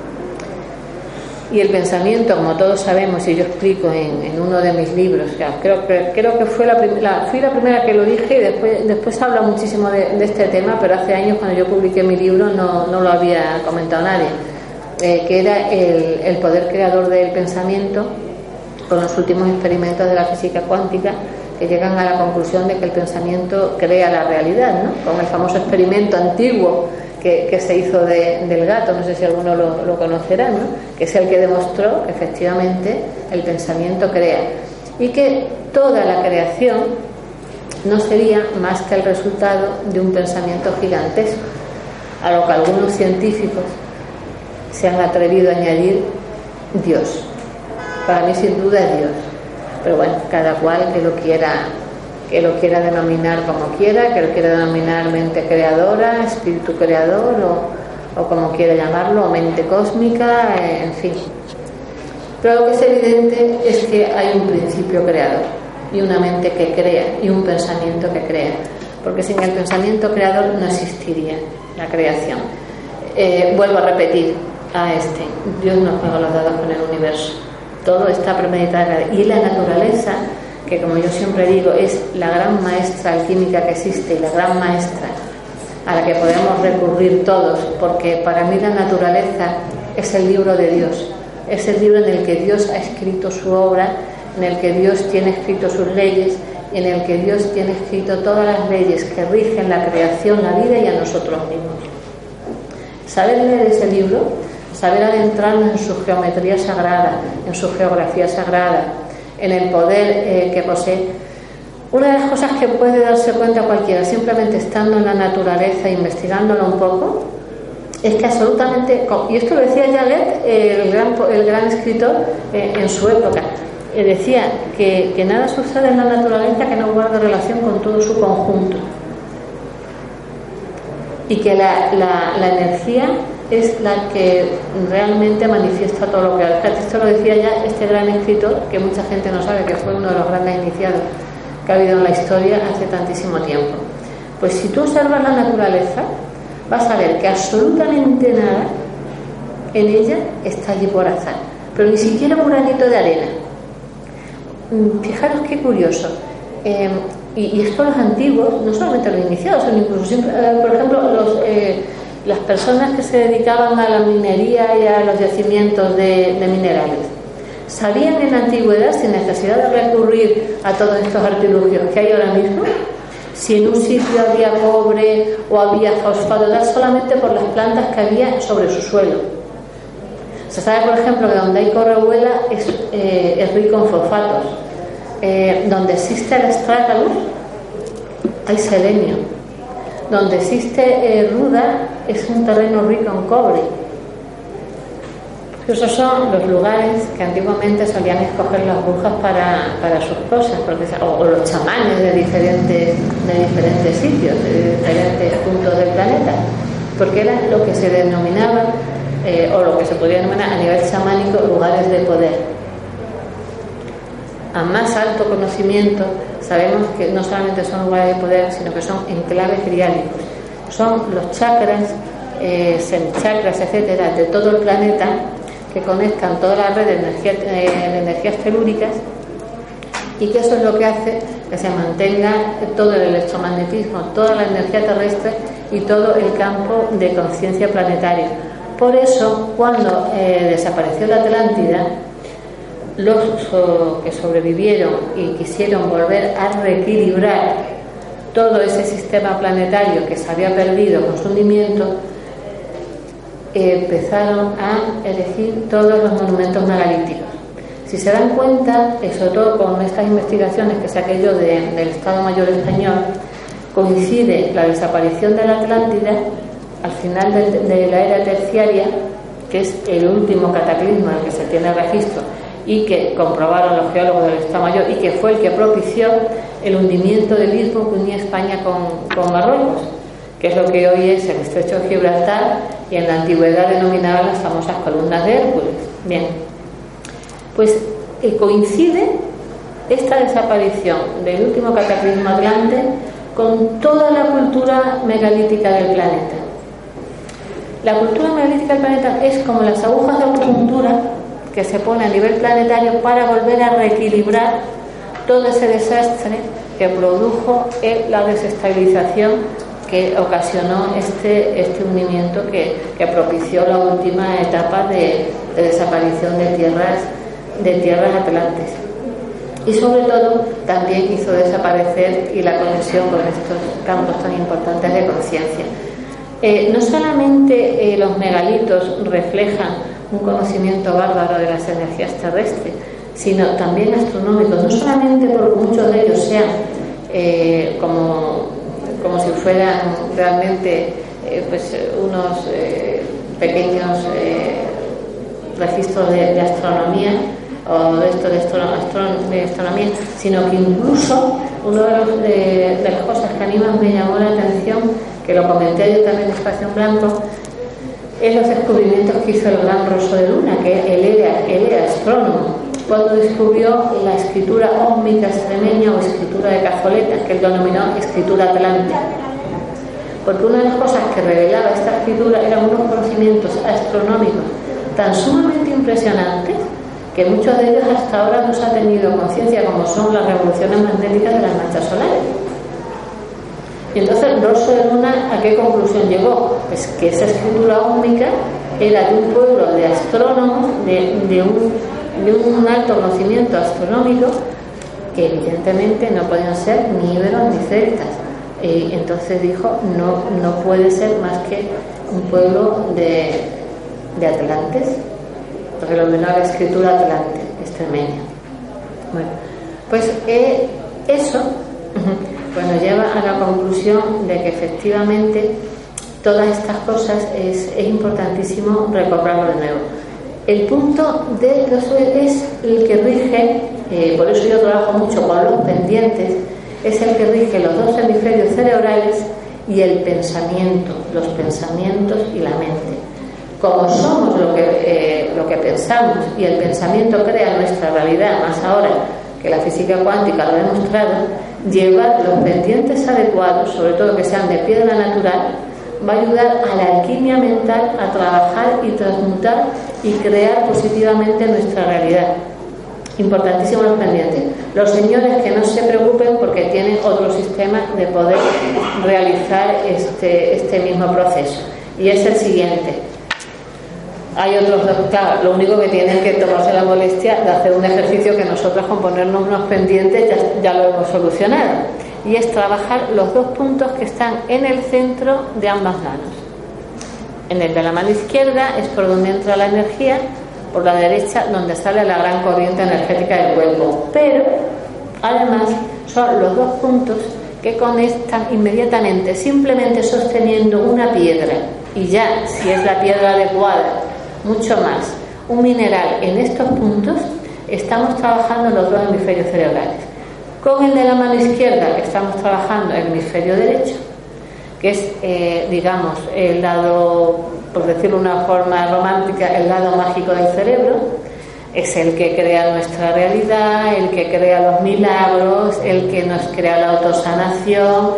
S3: Y el pensamiento, como todos sabemos, y yo explico en uno de mis libros, creo que fui la primera que lo dije, y después habla muchísimo de este tema, pero hace años cuando yo publiqué mi libro no lo había comentado nadie, que era el poder creador del pensamiento, con los últimos experimentos de la física cuántica, que llegan a la conclusión de que el pensamiento crea la realidad, ¿no? Con el famoso experimento antiguo que se hizo del gato, no sé si alguno lo conocerá, ¿no? Que es el que demostró que efectivamente el pensamiento crea y que toda la creación no sería más que el resultado de un pensamiento gigantesco, a lo que algunos científicos se han atrevido a añadir Dios. Para mí sin duda es Dios, pero bueno, cada cual que lo quiera denominar como quiera, que lo quiera denominar mente creadora, espíritu creador o como quiera llamarlo, o mente cósmica, en fin. Pero lo que es evidente es que hay un principio creador y una mente que crea y un pensamiento que crea, porque sin el pensamiento creador no existiría la creación. Vuelvo a repetir Dios nos juega los dados con el universo, todo está premeditado y la naturaleza, que como yo siempre digo es la gran maestra alquímica que existe y la gran maestra a la que podemos recurrir todos, porque para mí la naturaleza es el libro de Dios, es el libro en el que Dios ha escrito su obra, en el que Dios tiene escrito sus leyes, en el que Dios tiene escrito todas las leyes que rigen la creación, la vida y a nosotros mismos. Saber leer ese libro, saber adentrarnos en su geometría sagrada, en su geografía sagrada, en el poder que posee. Una de las cosas que puede darse cuenta cualquiera, simplemente estando en la naturaleza, investigándola un poco, es que absolutamente, y esto lo decía Jaguet, el gran escritor en su época, decía que nada sucede en la naturaleza que no guarde relación con todo su conjunto, y que la energía es la que realmente manifiesta todo lo que hay. Esto lo decía ya este gran escritor, que mucha gente no sabe que fue uno de los grandes iniciados que ha habido en la historia hace tantísimo tiempo. Pues si tú observas la naturaleza, vas a ver que absolutamente nada en ella está allí por azar, pero ni siquiera un granito de arena. Fijaros qué curioso. Y esto los antiguos, no solamente los iniciados, sino incluso siempre, por ejemplo, las personas que se dedicaban a la minería y a los yacimientos de minerales, sabían en la antigüedad, sin necesidad de recurrir a todos estos artilugios que hay ahora mismo, si en un sitio había cobre o había fosfato, solamente por las plantas que había sobre su suelo. Se sabe, por ejemplo, que donde hay correhuela es rico en fosfatos. Donde existe el estrátalus hay selenio. Donde existe ruda es un terreno rico en cobre. Esos son los lugares que antiguamente solían escoger las brujas para sus cosas, o los chamanes de diferentes sitios, de diferentes puntos del planeta, porque era lo que se denominaba, o lo que se podía denominar a nivel chamánico, lugares de poder. A más alto conocimiento, sabemos que no solamente son lugares de poder, sino que son enclaves griálicos. Son los chakras chakras, etcétera, de todo el planeta, que conectan toda la red de energías telúricas, y que eso es lo que hace que se mantenga todo el electromagnetismo, toda la energía terrestre y todo el campo de conciencia planetaria. Por eso, cuando desapareció la Atlántida, los que sobrevivieron y quisieron volver a reequilibrar todo ese sistema planetario que se había perdido con su hundimiento, empezaron a elegir todos los monumentos megalíticos. Si se dan cuenta, sobre todo con estas investigaciones que saqué yo del Estado Mayor Español, coincide la desaparición de la Atlántida al final de la era terciaria, que es el último cataclismo al que se tiene registro y que comprobaron los geólogos del Estado Mayor, y que fue el que propició el hundimiento del istmo que unía España con Marruecos, que es lo que hoy es el Estrecho de Gibraltar, y en la antigüedad denominaban las famosas columnas de Hércules. Bien, pues coincide esta desaparición del último cataclismo atlante con toda la cultura megalítica del planeta. La cultura megalítica del planeta es como las agujas de acupuntura que se pone a nivel planetario para volver a reequilibrar todo ese desastre que produjo la desestabilización que ocasionó este hundimiento que propició la última etapa de desaparición de tierras atlantes, y sobre todo también hizo desaparecer y la conexión con estos campos tan importantes de conciencia. No solamente los megalitos reflejan un conocimiento bárbaro de las energías terrestres, sino también astronómicos, no solamente porque muchos de ellos sean como si fueran realmente unos pequeños registros de astronomía o de esto de astronomía, sino que incluso uno de las cosas que a mí más me llamó la atención, que lo comenté yo también en Espacio en Blanco, es los descubrimientos que hizo el gran Rosso de Luna, que él era astrónomo, cuando descubrió la escritura ósmica extremeña o escritura de cazoletas, que él denominó escritura atlántica. Porque una de las cosas que revelaba esta escritura eran unos conocimientos astronómicos tan sumamente impresionantes que muchos de ellos hasta ahora no se ha tenido conciencia, como son las revoluciones magnéticas de las manchas solares. Y entonces Rosso de Luna, ¿a qué conclusión llegó? Pues que esa escritura ósmica era de un pueblo de astrónomos, de un alto conocimiento astronómico, que evidentemente no podían ser ni íberos ni celtas. Entonces dijo, no puede ser más que un pueblo de atlantes, porque lo menor la escritura atlante, extremeña. Bueno, pues eso pues nos lleva a la conclusión de que efectivamente todas estas cosas es importantísimo recobrarlo de nuevo. El punto de los es el que rige, por eso yo trabajo mucho con los pendientes, es el que rige los dos hemisferios cerebrales y el pensamiento, los pensamientos y la mente. Como somos lo que pensamos, y el pensamiento crea nuestra realidad, más ahora que la física cuántica lo ha demostrado, llevar los pendientes adecuados, sobre todo que sean de piedra natural, va a ayudar a la alquimia mental a trabajar y transmutar y crear positivamente nuestra realidad. Importantísimo los pendientes. Los señores que no se preocupen porque tienen otro sistema de poder realizar este mismo proceso, y es el siguiente. Hay otros dos, claro, lo único que tienen que tomarse la molestia de hacer un ejercicio que nosotros con ponernos unos pendientes ya lo hemos solucionado, y es trabajar los dos puntos que están en el centro de ambas manos. En el de la mano izquierda es por donde entra la energía, por la derecha donde sale la gran corriente energética del cuerpo, pero además son los dos puntos que conectan inmediatamente, simplemente sosteniendo una piedra, y ya, si es la piedra adecuada, mucho más, un mineral en estos puntos, estamos trabajando en los dos hemisferios cerebrales. Con el de la mano izquierda estamos trabajando el hemisferio derecho, que es, digamos, el lado, por decirlo de una forma romántica, el lado mágico del cerebro. Es el que crea nuestra realidad, el que crea los milagros, el que nos crea la autosanación,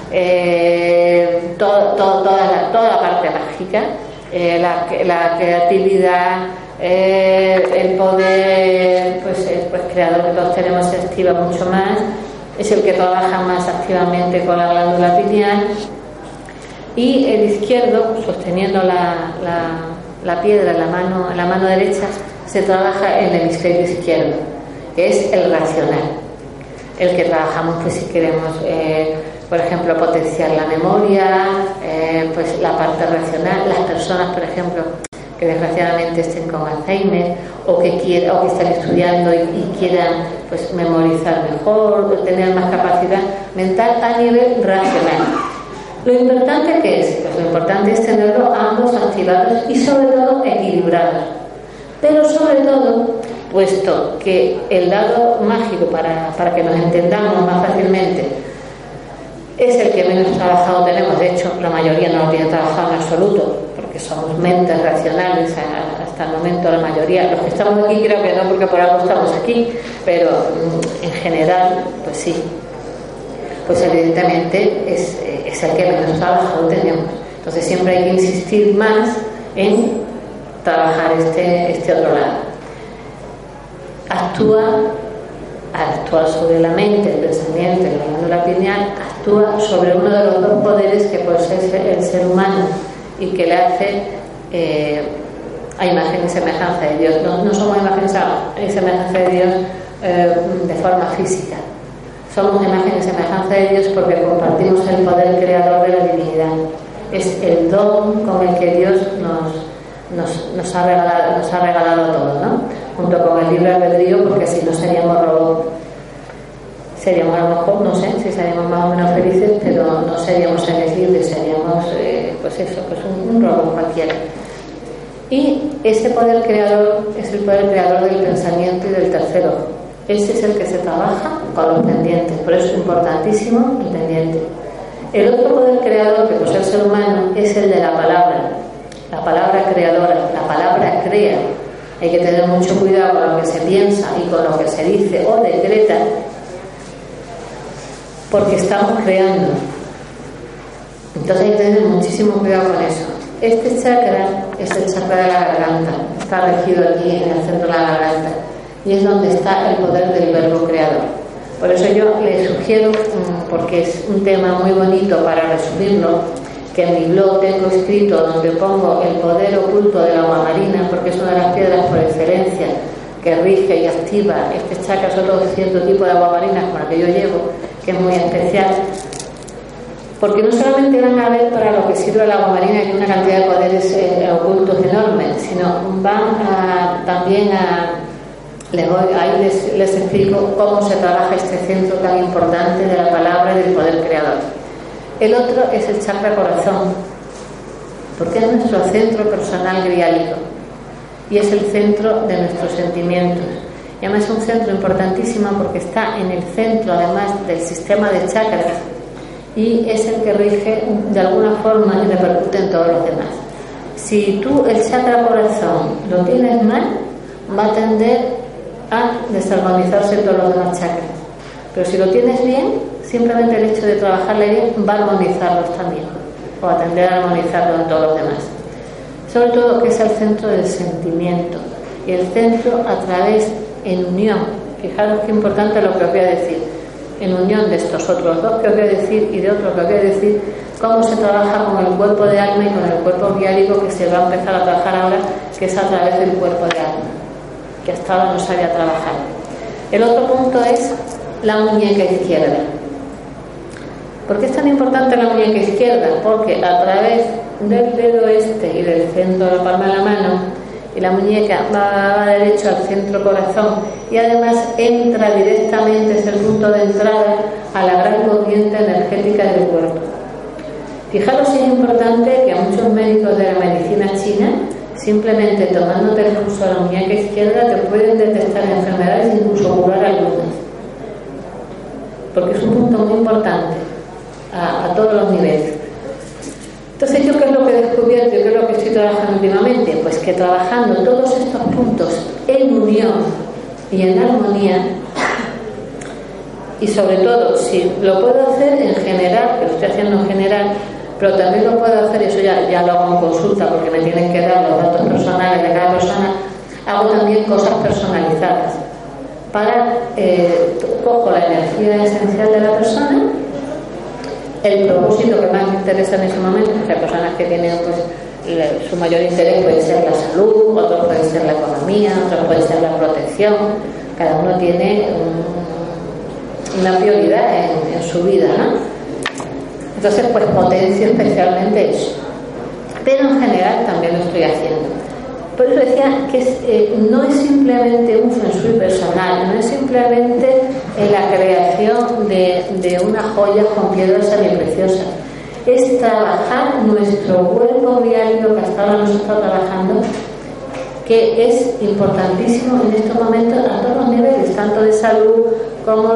S3: toda la parte mágica, la creatividad, el poder pues creador que todos tenemos se activa mucho más, es el que trabaja más activamente con la glándula pineal, y el izquierdo, sosteniendo la piedra en la mano derecha, se trabaja en el hemisferio izquierdo, que es el racional, el que trabajamos pues si queremos por ejemplo potenciar la memoria, pues la parte racional. Las personas, por ejemplo, que desgraciadamente estén con Alzheimer o que estén estudiando y quieran pues memorizar mejor, tener más capacidad mental a nivel racional. Lo importante que es, pues lo importante es tenerlos ambos activados y sobre todo equilibrados. Pero sobre todo, puesto que el lado mágico, para que nos entendamos más fácilmente, es el que menos trabajado tenemos. De hecho, la mayoría no lo tiene trabajado en absoluto, porque somos mentes racionales hasta el momento, la mayoría. Los que estamos aquí creo que no, porque por algo estamos aquí, pero en general, pues sí. Pues evidentemente es el que menos trabajado tenemos. Entonces siempre hay que insistir más en trabajar este otro lado. Al actuar sobre la mente, el pensamiento y la glándula pineal, actúa sobre uno de los dos poderes que posee el ser humano y que le hace a imagen y semejanza de Dios. No somos imagen y semejanza de Dios de forma física. Somos imagen y semejanza de Dios porque compartimos el poder creador de la divinidad. Es el don con el que Dios nos ha regalado todo, ¿no? Junto con el libre albedrío, porque si no seríamos robots. Seríamos a lo mejor, no sé si seríamos más o menos felices, pero no seríamos seres libres, seríamos un robot cualquiera. Y ese poder creador es el poder creador del pensamiento y del tercer ojo. Ese es el que se trabaja con los pendientes, por eso es importantísimo el pendiente. El otro poder creador que posee el ser humano es el de la palabra creadora. La palabra crea. Hay que tener mucho cuidado con lo que se piensa y con lo que se dice o decreta, porque estamos creando. Entonces hay que tener muchísimo cuidado con eso. Este chakra es el chakra de la garganta, está regido aquí en el centro de la garganta, y es donde está el poder del verbo creador. Por eso yo les sugiero, porque es un tema muy bonito para resumirlo, que en mi blog tengo escrito, donde pongo el poder oculto del agua marina, porque es una de las piedras por excelencia que rige y activa este chakra, solo cierto tipo de agua marina como la que yo llevo, que es muy especial, porque no solamente van a ver para lo que sirve el agua marina, que hay una cantidad de poderes ocultos enormes, sino van también a ahí les explico cómo se trabaja este centro tan importante de la palabra y del poder creador. El otro es el chakra corazón, porque es nuestro centro personal griálico y es el centro de nuestros sentimientos. Y además es un centro importantísimo porque está en el centro, además del sistema de chakras, y es el que rige de alguna forma y repercute en todos los demás. Si tú el chakra corazón lo tienes mal, va a tender a desarmonizarse todos los demás chakras. Pero si lo tienes bien, simplemente el hecho de trabajarle bien va a armonizarlos también, o a tender a armonizarlos en todos los demás. Sobre todo que es el centro del sentimiento y el centro a través, en unión. Fijaros qué importante lo que os voy a decir. En unión de estos otros dos que os voy a decir y de otros que os voy a decir, cómo se trabaja con el cuerpo de alma y con el cuerpo griálico, que se va a empezar a trabajar ahora, que es a través del cuerpo de alma, que hasta ahora no se había trabajado. El otro punto es la muñeca izquierda. ¿Por qué es tan importante la muñeca izquierda? Porque a través del dedo este y del centro de la palma de la mano, y la muñeca va derecho al centro corazón, y además entra directamente, es el punto de entrada a la gran corriente energética del cuerpo. Fijaros si es importante que a muchos médicos de la medicina china, simplemente tomándote el pulso a la muñeca izquierda, te pueden detectar enfermedades e incluso curar algunas, porque es un punto muy importante a todos los niveles. Entonces, ¿yo qué es lo que he descubierto y qué es lo que estoy trabajando últimamente? Pues que trabajando todos estos puntos en unión y en armonía, y sobre todo, si lo puedo hacer en general, que lo estoy haciendo en general, pero también lo puedo hacer, eso ya lo hago en consulta porque me tienen que dar los datos personales de cada persona, hago también cosas personalizadas para cojo la energía esencial de la persona, el propósito que más me interesa en ese momento, que hay personas que tienen su mayor interés puede ser la salud, otros puede ser la economía, otros puede ser la protección, cada uno tiene una prioridad en su vida, ¿no? Entonces, pues potencio especialmente eso. Pero en general también lo estoy haciendo. Por eso decía que no es simplemente un feng shui personal, no es simplemente la creación de una joya con piedras semipreciosas. Es trabajar nuestro cuerpo diario que hasta ahora nos está trabajando, que es importantísimo en estos momentos a todos los niveles, tanto de salud como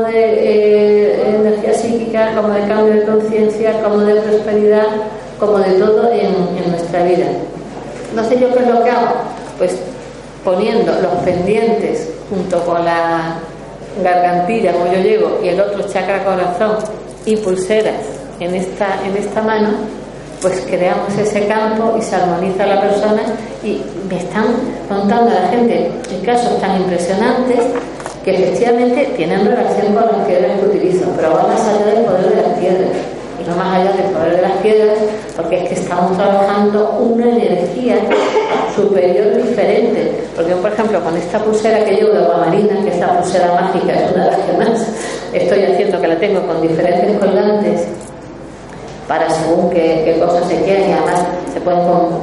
S3: de energía psíquica, como de cambio de conciencia, como de prosperidad, como de todo en nuestra vida. No sé yo qué es lo que hago, pues poniendo los pendientes junto con la gargantilla, como yo llevo, y el otro chakra corazón y pulseras en esta mano, pues creamos ese campo y se armoniza la persona. Y me están contando a la gente casos tan impresionantes que efectivamente tienen relación con las piedras que utilizo, pero va más allá del poder de las piedras, y no más allá del poder de las piedras, porque es que estamos trabajando una energía superior diferente. Porque yo, por ejemplo, con esta pulsera que llevo de agua marina, que es la pulsera mágica, es una de las que más estoy haciendo, que la tengo con diferentes colgantes para según qué cosas se quieran, y además se pueden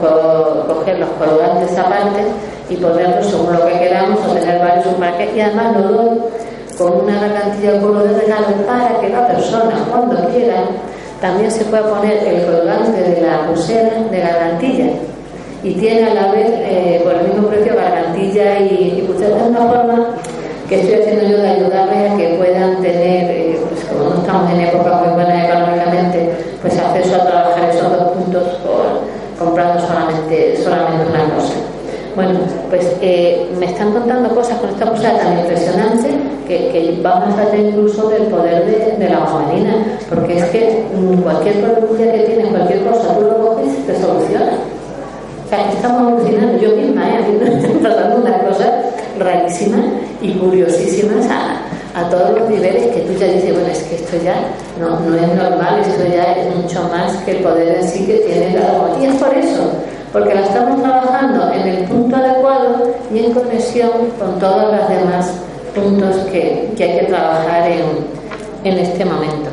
S3: coger los colgantes aparte y ponerlos según lo que queramos, o tener varios marques, y además lo doy con una gargantilla de polvo de regalo para que la persona, cuando quiera, también se pueda poner el colgante de la pulsera de gargantilla, y tiene a la vez por el mismo precio gargantilla y pulsera. De una forma que estoy haciendo yo de ayudarles a que puedan tener, pues como no estamos en época muy buena económicamente, pues acceso a trabajar esos dos puntos comprando solamente una cosa. Bueno, pues me están contando cosas con esta pulsera tan impresionante que vamos a hacer incluso del poder de la agua marina, porque es que cualquier problemilla que tienes, cualquier cosa, tú lo coges y te soluciona. O sea, que estamos alucinando. Yo misma, a mí me están pasando unas cosas rarísimas y curiosísimas a todos los niveles, que tú ya dices, bueno, es que esto ya no es normal, esto ya es mucho más que el poder en sí que tiene la agua. Y es por eso, porque la estamos trabajando en el punto adecuado y en conexión con todos los demás puntos que hay que trabajar en este momento.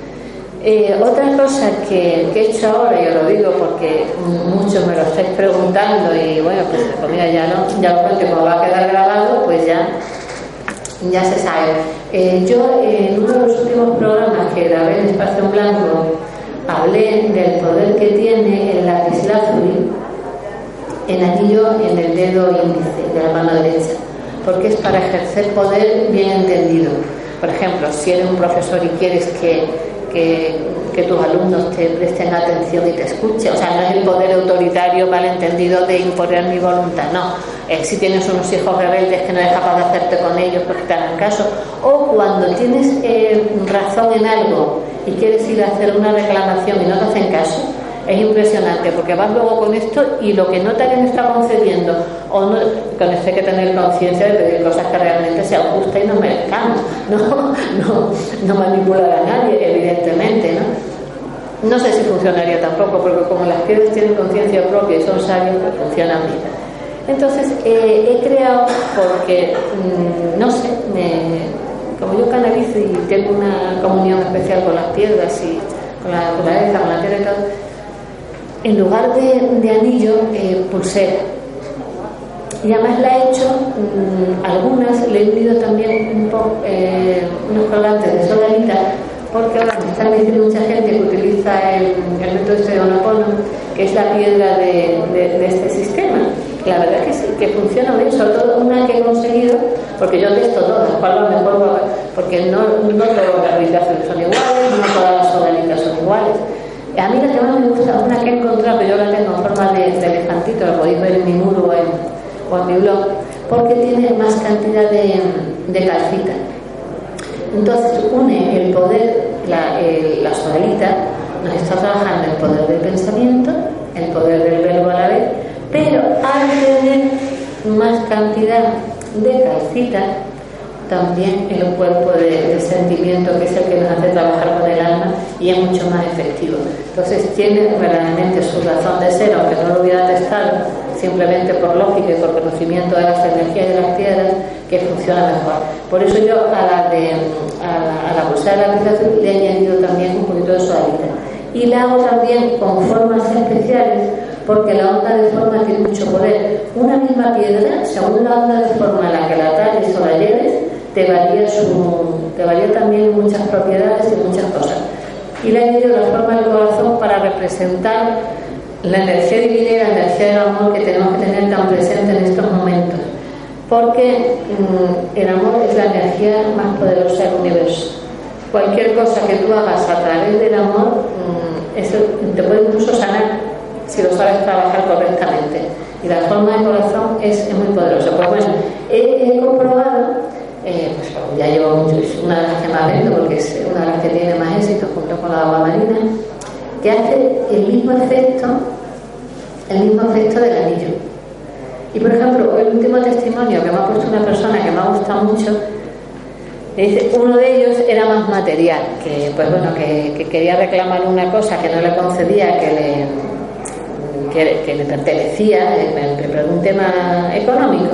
S3: Otra cosa que he hecho ahora, y os lo digo porque muchos me lo estáis preguntando, y bueno, pues mira, ya lo cuento, como va a quedar grabado, pues ya se sabe. Yo en uno de los últimos programas que grabé en Espacio en Blanco hablé del poder que tiene el lapislázuli en anillo en el dedo índice de la mano derecha, porque es para ejercer poder bien entendido. Por ejemplo, si eres un profesor y quieres que tus alumnos te presten atención y te escuchen, o sea, no es el poder autoritario malentendido de imponer mi voluntad, no. Si tienes unos hijos rebeldes que no eres capaz de hacerte con ellos porque te hagan caso, o cuando tienes razón en algo y quieres ir a hacer una reclamación y no te hacen caso, es impresionante, porque vas luego con esto y lo que no te han estado concediendo, o no, con esto hay que tener conciencia de pedir cosas que realmente sean justas y no merezcamos, no manipular a nadie, evidentemente, ¿no? No sé si funcionaría tampoco, porque como las piedras tienen conciencia propia y son sabios, pues funcionan bien. Entonces he creado, porque no sé, como yo canalizo y tengo una comunión especial con las piedras y con la naturaleza, con la tierra y todo, en lugar de anillo, pulsera. Y además la he hecho, algunas le he unido también un poco unos colgantes de sodalita, porque ahora me están diciendo mucha gente que utiliza el método este de Ho'oponopono, que es la piedra de este sistema. La verdad que sí, que funciona bien, sobre todo una que he conseguido, porque yo testo todas, cuál lo mejor, porque no todas las vibraciones son iguales, no todas las sodalitas son iguales. A mí la que más me gusta es una que he encontrado, que yo la tengo en forma de elefantito, lo podéis ver en mi muro o en mi blog, porque tiene más cantidad de calcita. Entonces une el poder, la sodalita nos está trabajando el poder del pensamiento, el poder del verbo a la vez, pero al tener más cantidad de calcita, también el cuerpo de sentimiento, que es el que nos hace trabajar con el alma, y es mucho más efectivo. Entonces tiene verdaderamente su razón de ser, aunque no lo hubiera testado, simplemente por lógica y por conocimiento de las energías de las piedras, que funciona mejor. Por eso yo a la pulsera de lápiz azul le he añadido también un poquito de sodalita, y la hago también con formas especiales, porque la onda de forma tiene mucho poder. Una misma piedra, según la onda de forma en la que la talles o la lleves, te varía también muchas propiedades y muchas cosas. Y le he añadido la forma del corazón para representar la energía divina y la energía del amor que tenemos que tener tan presente en estos momentos, porque el amor es la energía más poderosa del universo. Cualquier cosa que tú hagas a través del amor, eso te puede incluso sanar si lo sabes trabajar correctamente, y la forma de corazón es muy poderosa. Pues bueno, he comprobado, pues ya llevo mucho, es una de las que más vendo porque es una de las que tiene más éxito junto con la agua marina, que hace el mismo efecto del anillo. Y por ejemplo, el último testimonio que me ha puesto una persona que me ha gustado mucho, dice, uno de ellos era más material, que pues bueno, que quería reclamar una cosa que no le concedía, que le pertenecía, por un tema económico,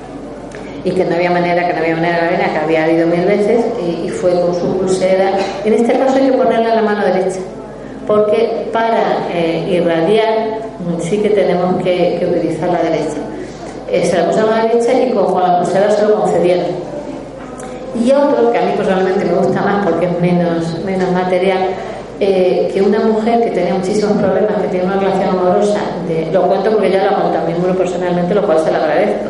S3: y que no había manera, que había ido 1000 veces, y fue con su pulsera. En este caso hay que ponerla en la mano derecha, porque para irradiar sí que tenemos que utilizar la derecha. Se la puso a la derecha y con la pulsera se lo concedieron. Y otro, que a mí personalmente me gusta más porque es menos material, que una mujer que tenía muchísimos problemas, que tiene una relación amorosa, lo cuento porque ya lo ha contado a mí muy personalmente, lo cual se lo agradezco,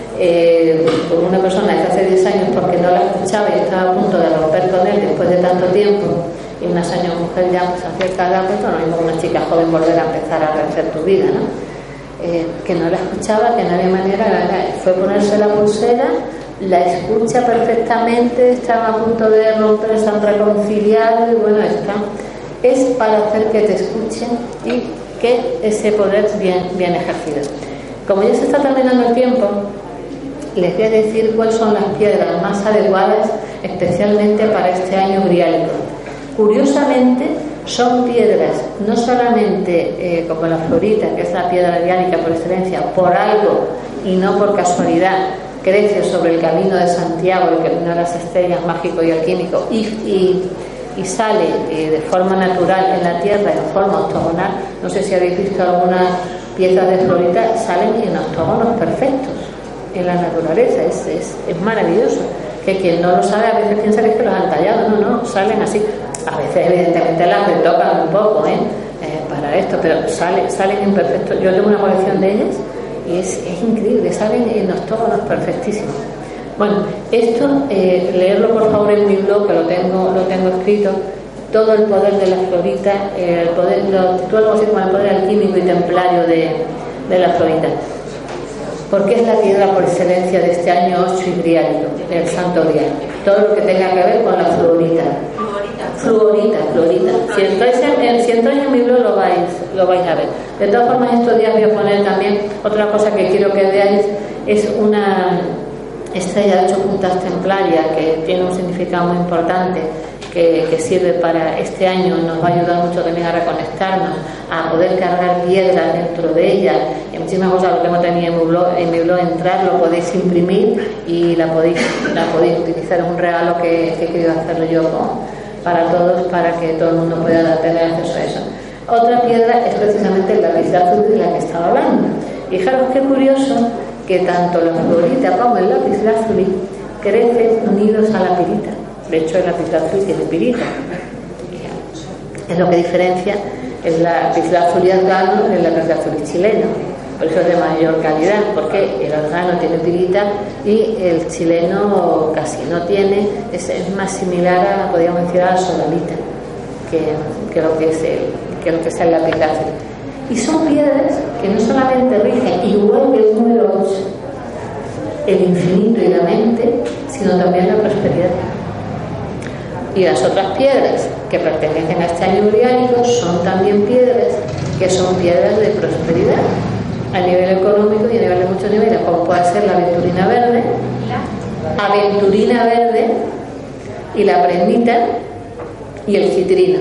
S3: con una persona desde hace 10 años porque no la escuchaba y estaba a punto de romper con él después de tanto tiempo, y unos años mujer ya pues acerca de la persona, no mismo una chica joven volver a empezar a rehacer tu vida, ¿no? Que no la escuchaba, que no había manera, fue ponerse la pulsera, la escucha perfectamente, estaba a punto de romper, se han reconciliado, y bueno, es para hacer que te escuchen y que ese poder bien ejercido. Como ya se está terminando el tiempo, les voy a decir cuáles son las piedras más adecuadas especialmente para este año griálico. Curiosamente, son piedras no solamente como la florita, que es la piedra griálica por excelencia, por algo y no por casualidad, crece sobre el camino de Santiago, el camino de las estrellas mágico y alquímico, y sale de forma natural en la tierra, en forma octogonal. No sé si habéis visto algunas piezas de florita, salen en octógonos perfectos en la naturaleza. Es maravilloso, que quien no lo sabe a veces piensa que los han tallado. No, salen así. A veces evidentemente las retocan un poco para esto, pero salen en perfecto. Yo tengo una colección de ellas y es increíble, salen en octógonos perfectísimos. Bueno, esto leerlo por favor en mi blog, que lo tengo escrito, todo el poder de la florita, lo titulo algo así como el poder alquímico y templario de la florita, porque es la piedra por excelencia de este año 8 y griálico, el santo grial, todo lo que tenga que ver con la fluorita. Si entráis en mi blog lo vais a ver. De todas formas, estos días voy a poner también otra cosa que quiero que veáis, es una estrella de 8 puntas templaria que tiene un significado muy importante, que sirve para este año, nos va a ayudar mucho también a reconectarnos, a poder cargar piedras dentro de ella, y muchísimas cosas. Lo tengo también en mi blog, entrar, lo podéis imprimir y la podéis utilizar. Es un regalo que he querido hacerlo yo para todos, para que todo el mundo pueda tener acceso a eso. Otra piedra es precisamente el lapislázuli de la que estaba hablando. Fijaros qué curioso que tanto la florita como el lapislázuli crecen unidos a la pirita. De hecho, el lapislázuli tiene pirita. Es lo que diferencia el lapislázuli afgano del lapislázuli chileno. Por eso es de mayor calidad, porque el afgano tiene pirita y el chileno casi no tiene. Es más similar podríamos decir, a la sodalita que lo que es el lapislázuli. Y son piedras que no solamente rigen, igual que el número 8, el infinito y la mente, sino también la prosperidad. Y las otras piedras que pertenecen a este año uriánico son también piedras que son piedras de prosperidad a nivel económico y a nivel de muchos niveles, como puede ser la aventurina verde y la prendita y el citrino.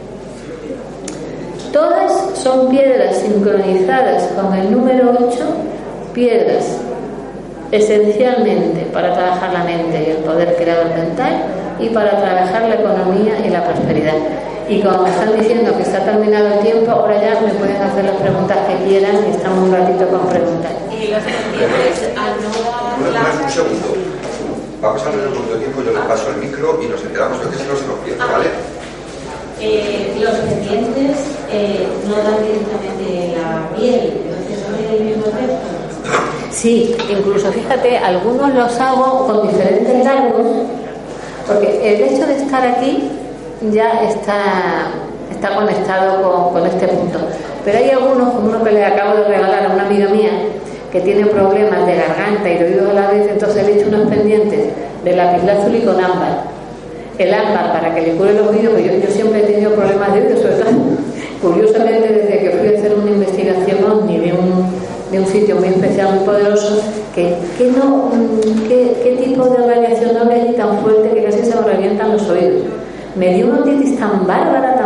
S3: Todas son piedras sincronizadas con el número 8, piedras esencialmente para trabajar la mente y el poder creador mental y para trabajar la economía y la prosperidad. Y como me están diciendo que está terminado el tiempo, ahora ya me pueden hacer las preguntas que quieran y estamos un ratito con preguntas.
S4: Y los pendientes al no dar
S5: un segundo. Vamos a hablar un poquito de tiempo, yo les paso el micro y nos enteramos de que si no se nos pierde, ¿vale?
S4: Los pendientes no dan directamente la piel, entonces son el mismo efecto.
S3: Sí, incluso fíjate, algunos los hago con diferentes largos, porque el hecho de estar aquí ya está conectado con este punto. Pero hay algunos, como uno que le acabo de regalar a una amiga mía, que tiene problemas de garganta y de oídos a la vez, entonces le he hecho unos pendientes de lapislázuli con ámbar. El ámbar para que le cure los oídos, porque yo siempre he tenido problemas de oídos, sobre todo, curiosamente, desde que fui a hacer una investigación OVNI de un sitio muy especial, muy poderoso, ¿qué tipo de radiación no es tan fuerte que casi se me revientan los oídos? Me dio una otitis tan bárbara,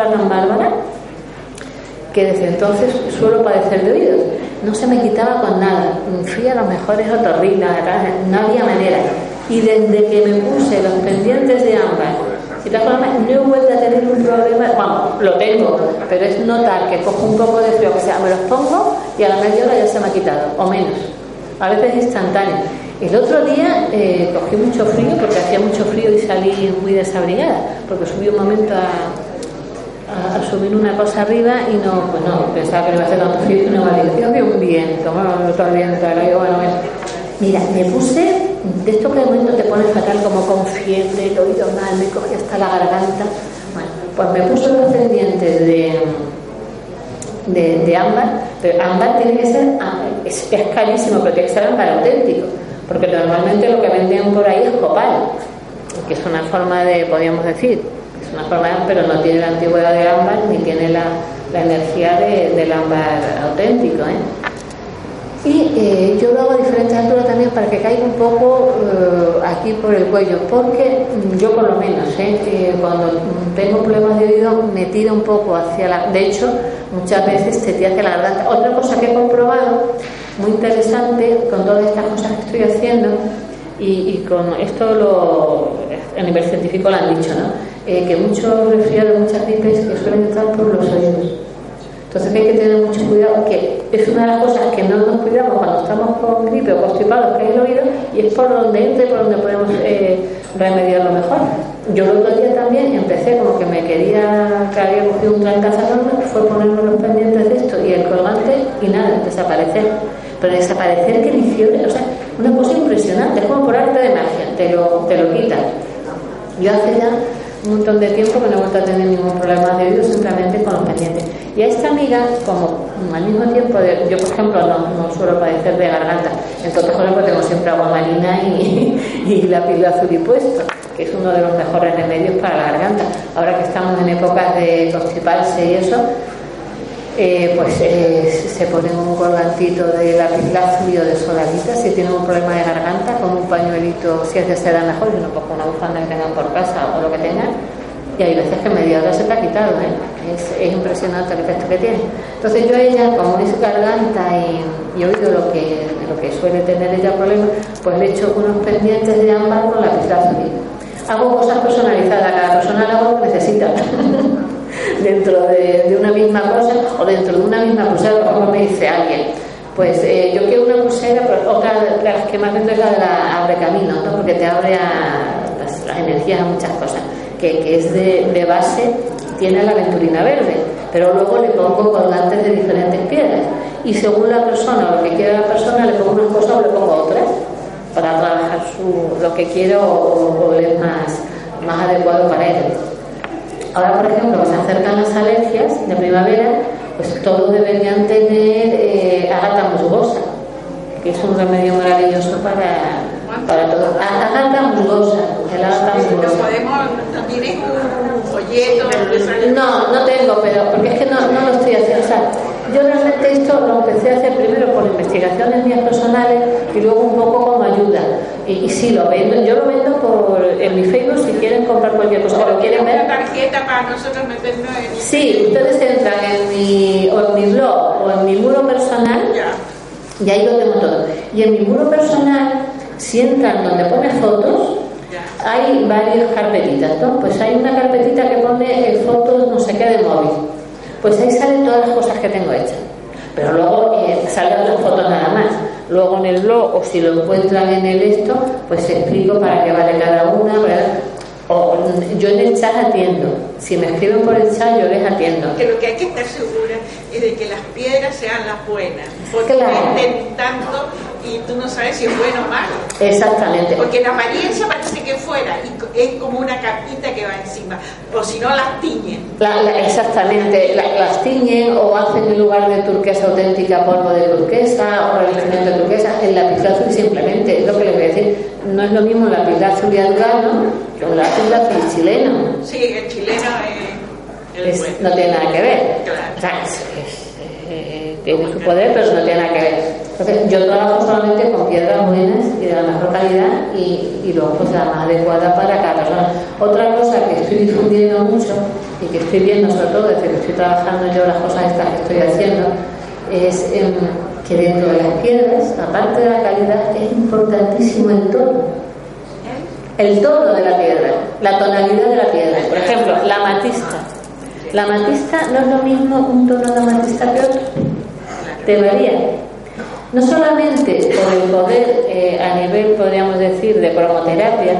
S3: que desde entonces suelo padecer de oídos. No se me quitaba con nada. Fui a los mejores otorrinos, no había manera. Y desde que me puse los pendientes de ámbar, y tal forma, no he vuelto a tener un problema. Vamos, lo tengo, pero es notar que cojo un poco de frío, que sea, me los pongo y a la media hora ya se me ha quitado, o menos. A veces instantáneo. El otro día cogí mucho frío, porque hacía mucho frío y salí muy desabrigada, porque subí un momento a subir una cosa arriba y no pensaba que no iba a hacer tanto frío y no me había un viento, otro viento, mira, me puse de esto que de momento te pone fatal, como con fiebre, el oído mal, me cogí hasta la garganta. Bueno, pues me puse los pendientes de ámbar, pero ámbar tiene que ser, es carísimo, pero tiene que ser ámbar auténtico, porque normalmente lo que venden por ahí es copal, que es una forma de, podríamos decir, es una forma, pero no tiene la antigüedad de ámbar ni tiene la energía del ámbar auténtico, Y yo lo hago a diferentes alturas también para que caiga un poco aquí por el cuello, porque yo por lo menos cuando tengo problemas de oído me tira un poco hacia la... De hecho, muchas veces te tira hacia la garganta. Otra cosa que he comprobado, muy interesante, con todas estas cosas que estoy haciendo, y con esto a nivel científico lo han dicho, ¿no? Que muchos resfriados, muchas gripes que suelen entrar por los oídos. Entonces hay que tener mucho cuidado, que es una de las cosas que no nos cuidamos cuando estamos con gripe o constipados, que es el oído, y es por donde entra y por donde podemos remediarlo mejor. Yo el otro día también empecé como que había cogido un trancazo enorme, fue ponerme los pendientes de esto y el colgante y nada, desaparecer. Pero desaparecer que me fiebre, o sea, una cosa impresionante, es como por arte de magia, te lo quitan. Yo hace ya un montón de tiempo que no he vuelto a tener ningún problema de oído, simplemente con los pendientes. Y a esta amiga, como al mismo tiempo, yo por ejemplo no suelo padecer de garganta, entonces por ejemplo tengo siempre agua marina y lapislázuli puesto, que es uno de los mejores remedios para la garganta. Ahora que estamos en épocas de constiparse y eso, se pone un colgantito de lapislázuli o de sodalita si tienen un problema de garganta, con un pañuelito, si es de seda mejor, y no pues con una bufanda que tengan por casa o lo que tengan, y hay veces que media hora se te ha quitado, es impresionante el efecto que tiene. Entonces yo a ella, como es garganta y oído lo que suele tener ella problemas, pues le echo unos pendientes de ámbar con lapislázuli. Hago cosas personalizadas, cada persona hago lo que necesita. Dentro de una misma cosa o dentro de una misma pulsera, como me dice alguien, pues yo quiero una pulsera, pero otra de las que más vendo es la de la abre camino, ¿no? Porque te abre a las energías, a muchas cosas, que es de base, tiene la aventurina verde, pero luego le pongo colgantes de diferentes piedras y según la persona o lo que quiera la persona, le pongo unas cosas o le pongo otras para trabajar lo que quiero o le es más adecuado para él. Ahora, por ejemplo, se acercan las alergias de primavera, pues todos deberían tener ágata musgosa, que es un remedio maravilloso para todo. Agarra musgosa, el agarra musgosa.
S6: ¿No tienes un folleto?
S3: No tengo, pero porque es que no lo estoy haciendo. O sea, yo realmente esto lo empecé a hacer primero por investigaciones mías personales y luego un poco como ayuda. Y sí, lo vendo. Yo lo vendo en mi Facebook si quieren comprar cualquier cosa. ¿Lo quieren ver?
S6: Una tarjeta para nosotros meternos en...
S3: Sí, ustedes entran en mi blog o en mi muro personal y ahí lo tengo todo. Y en mi muro personal, si entran donde pone fotos, hay varias carpetitas, ¿no? Pues hay una carpetita que pone fotos no sé qué de móvil. Pues ahí salen todas las cosas que tengo hechas. Pero luego salen las fotos nada más. Luego en el blog, o si lo encuentran en el esto, pues explico para qué vale cada una, ¿verdad? O yo en el chat atiendo. Si me escriben por el chat, yo les atiendo.
S6: Que lo que hay que estar segura es de que las piedras sean las buenas. Porque venden tanto y tú no sabes si es bueno o malo.
S3: Exactamente.
S6: Porque la apariencia parece que fuera y es como una capita que va encima. O si no, las tiñen.
S3: Exactamente. Las tiñen o hacen en lugar de turquesa auténtica polvo de turquesa o revestimiento de turquesa. El lapislázuli simplemente, es lo que les voy a decir. No es lo mismo el lapislázuli afgano que un lapislázuli chileno.
S6: Sí, el chileno
S3: no tiene nada que ver.
S6: Claro.
S3: O sea, tiene su poder, pero no tiene nada que ver. Entonces, yo trabajo solamente con piedras buenas y de la mejor calidad y luego pues la más adecuada para cada persona. Otra cosa que estoy difundiendo mucho y que estoy viendo, sobre todo desde que estoy trabajando yo las cosas estas que estoy haciendo, es que dentro de las piedras, aparte de la calidad, es importantísimo el tono. El tono de la piedra, la tonalidad de la piedra. Por ejemplo, la amatista. La amatista no es lo mismo un tono de amatista que otro. Te varía. No solamente por el poder a nivel, podríamos decir, de cromoterapia,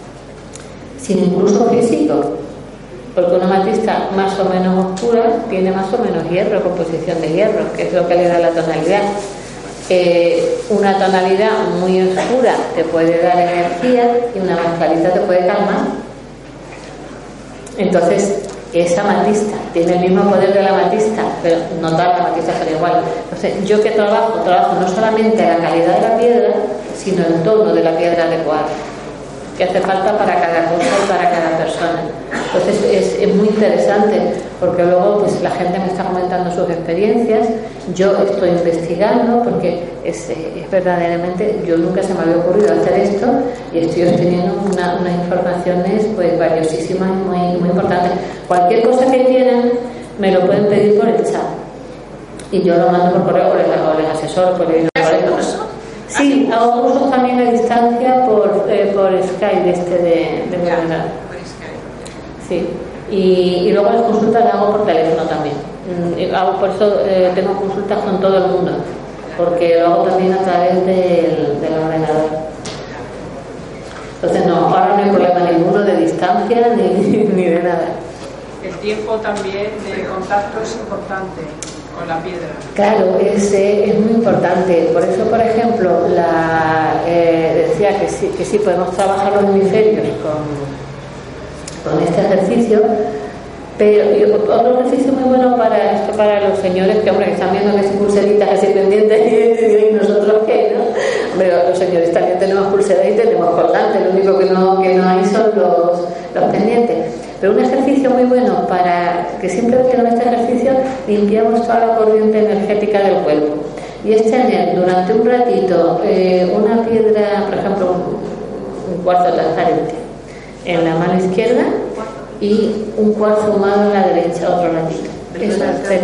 S3: sino incluso físico. Porque una amatista más o menos oscura tiene más o menos hierro, composición de hierro, que es lo que le da la tonalidad. Una tonalidad muy oscura te puede dar energía y una más clarita te puede calmar. Entonces, es amatista, tiene el mismo poder de la amatista, pero no todas las amatistas son igual. Entonces, yo que trabajo no solamente la calidad de la piedra, sino el tono de la piedra adecuado, que hace falta para cada cosa y para cada persona. Entonces es muy interesante porque luego pues la gente me está comentando sus experiencias, yo estoy investigando porque es verdaderamente, yo nunca se me había ocurrido hacer esto y estoy obteniendo unas informaciones pues valiosísimas y muy importantes. Cualquier cosa que quieran me lo pueden pedir por el chat y yo lo mando por correo o les asesoro por el curso. Sí, hago cursos también a distancia por Skype de Granada. Sí, y luego las consultas las hago por teléfono también. Por eso tengo consultas con todo el mundo, porque lo hago también a través del ordenador. Entonces ahora no hay problema ninguno de distancia ni de nada.
S7: El tiempo también de contacto es importante con la piedra.
S3: Claro, es muy importante. Por eso, por ejemplo, decía que sí podemos trabajar los hemisferios con este ejercicio, pero otro ejercicio muy bueno para los señores que, hombre, que están viendo que si pulseritas así pendientes y nosotros qué, ¿no? Hombre, los señores también tenemos pulseras y tenemos colgantes, lo único que no hay son los pendientes. Pero un ejercicio muy bueno que siempre que con este ejercicio limpiamos toda la corriente energética del cuerpo. Y es tener durante un ratito una piedra, por ejemplo, un cuarzo transparente en la mano izquierda y un cuarzo ahumado en la derecha, otro ratito. Eso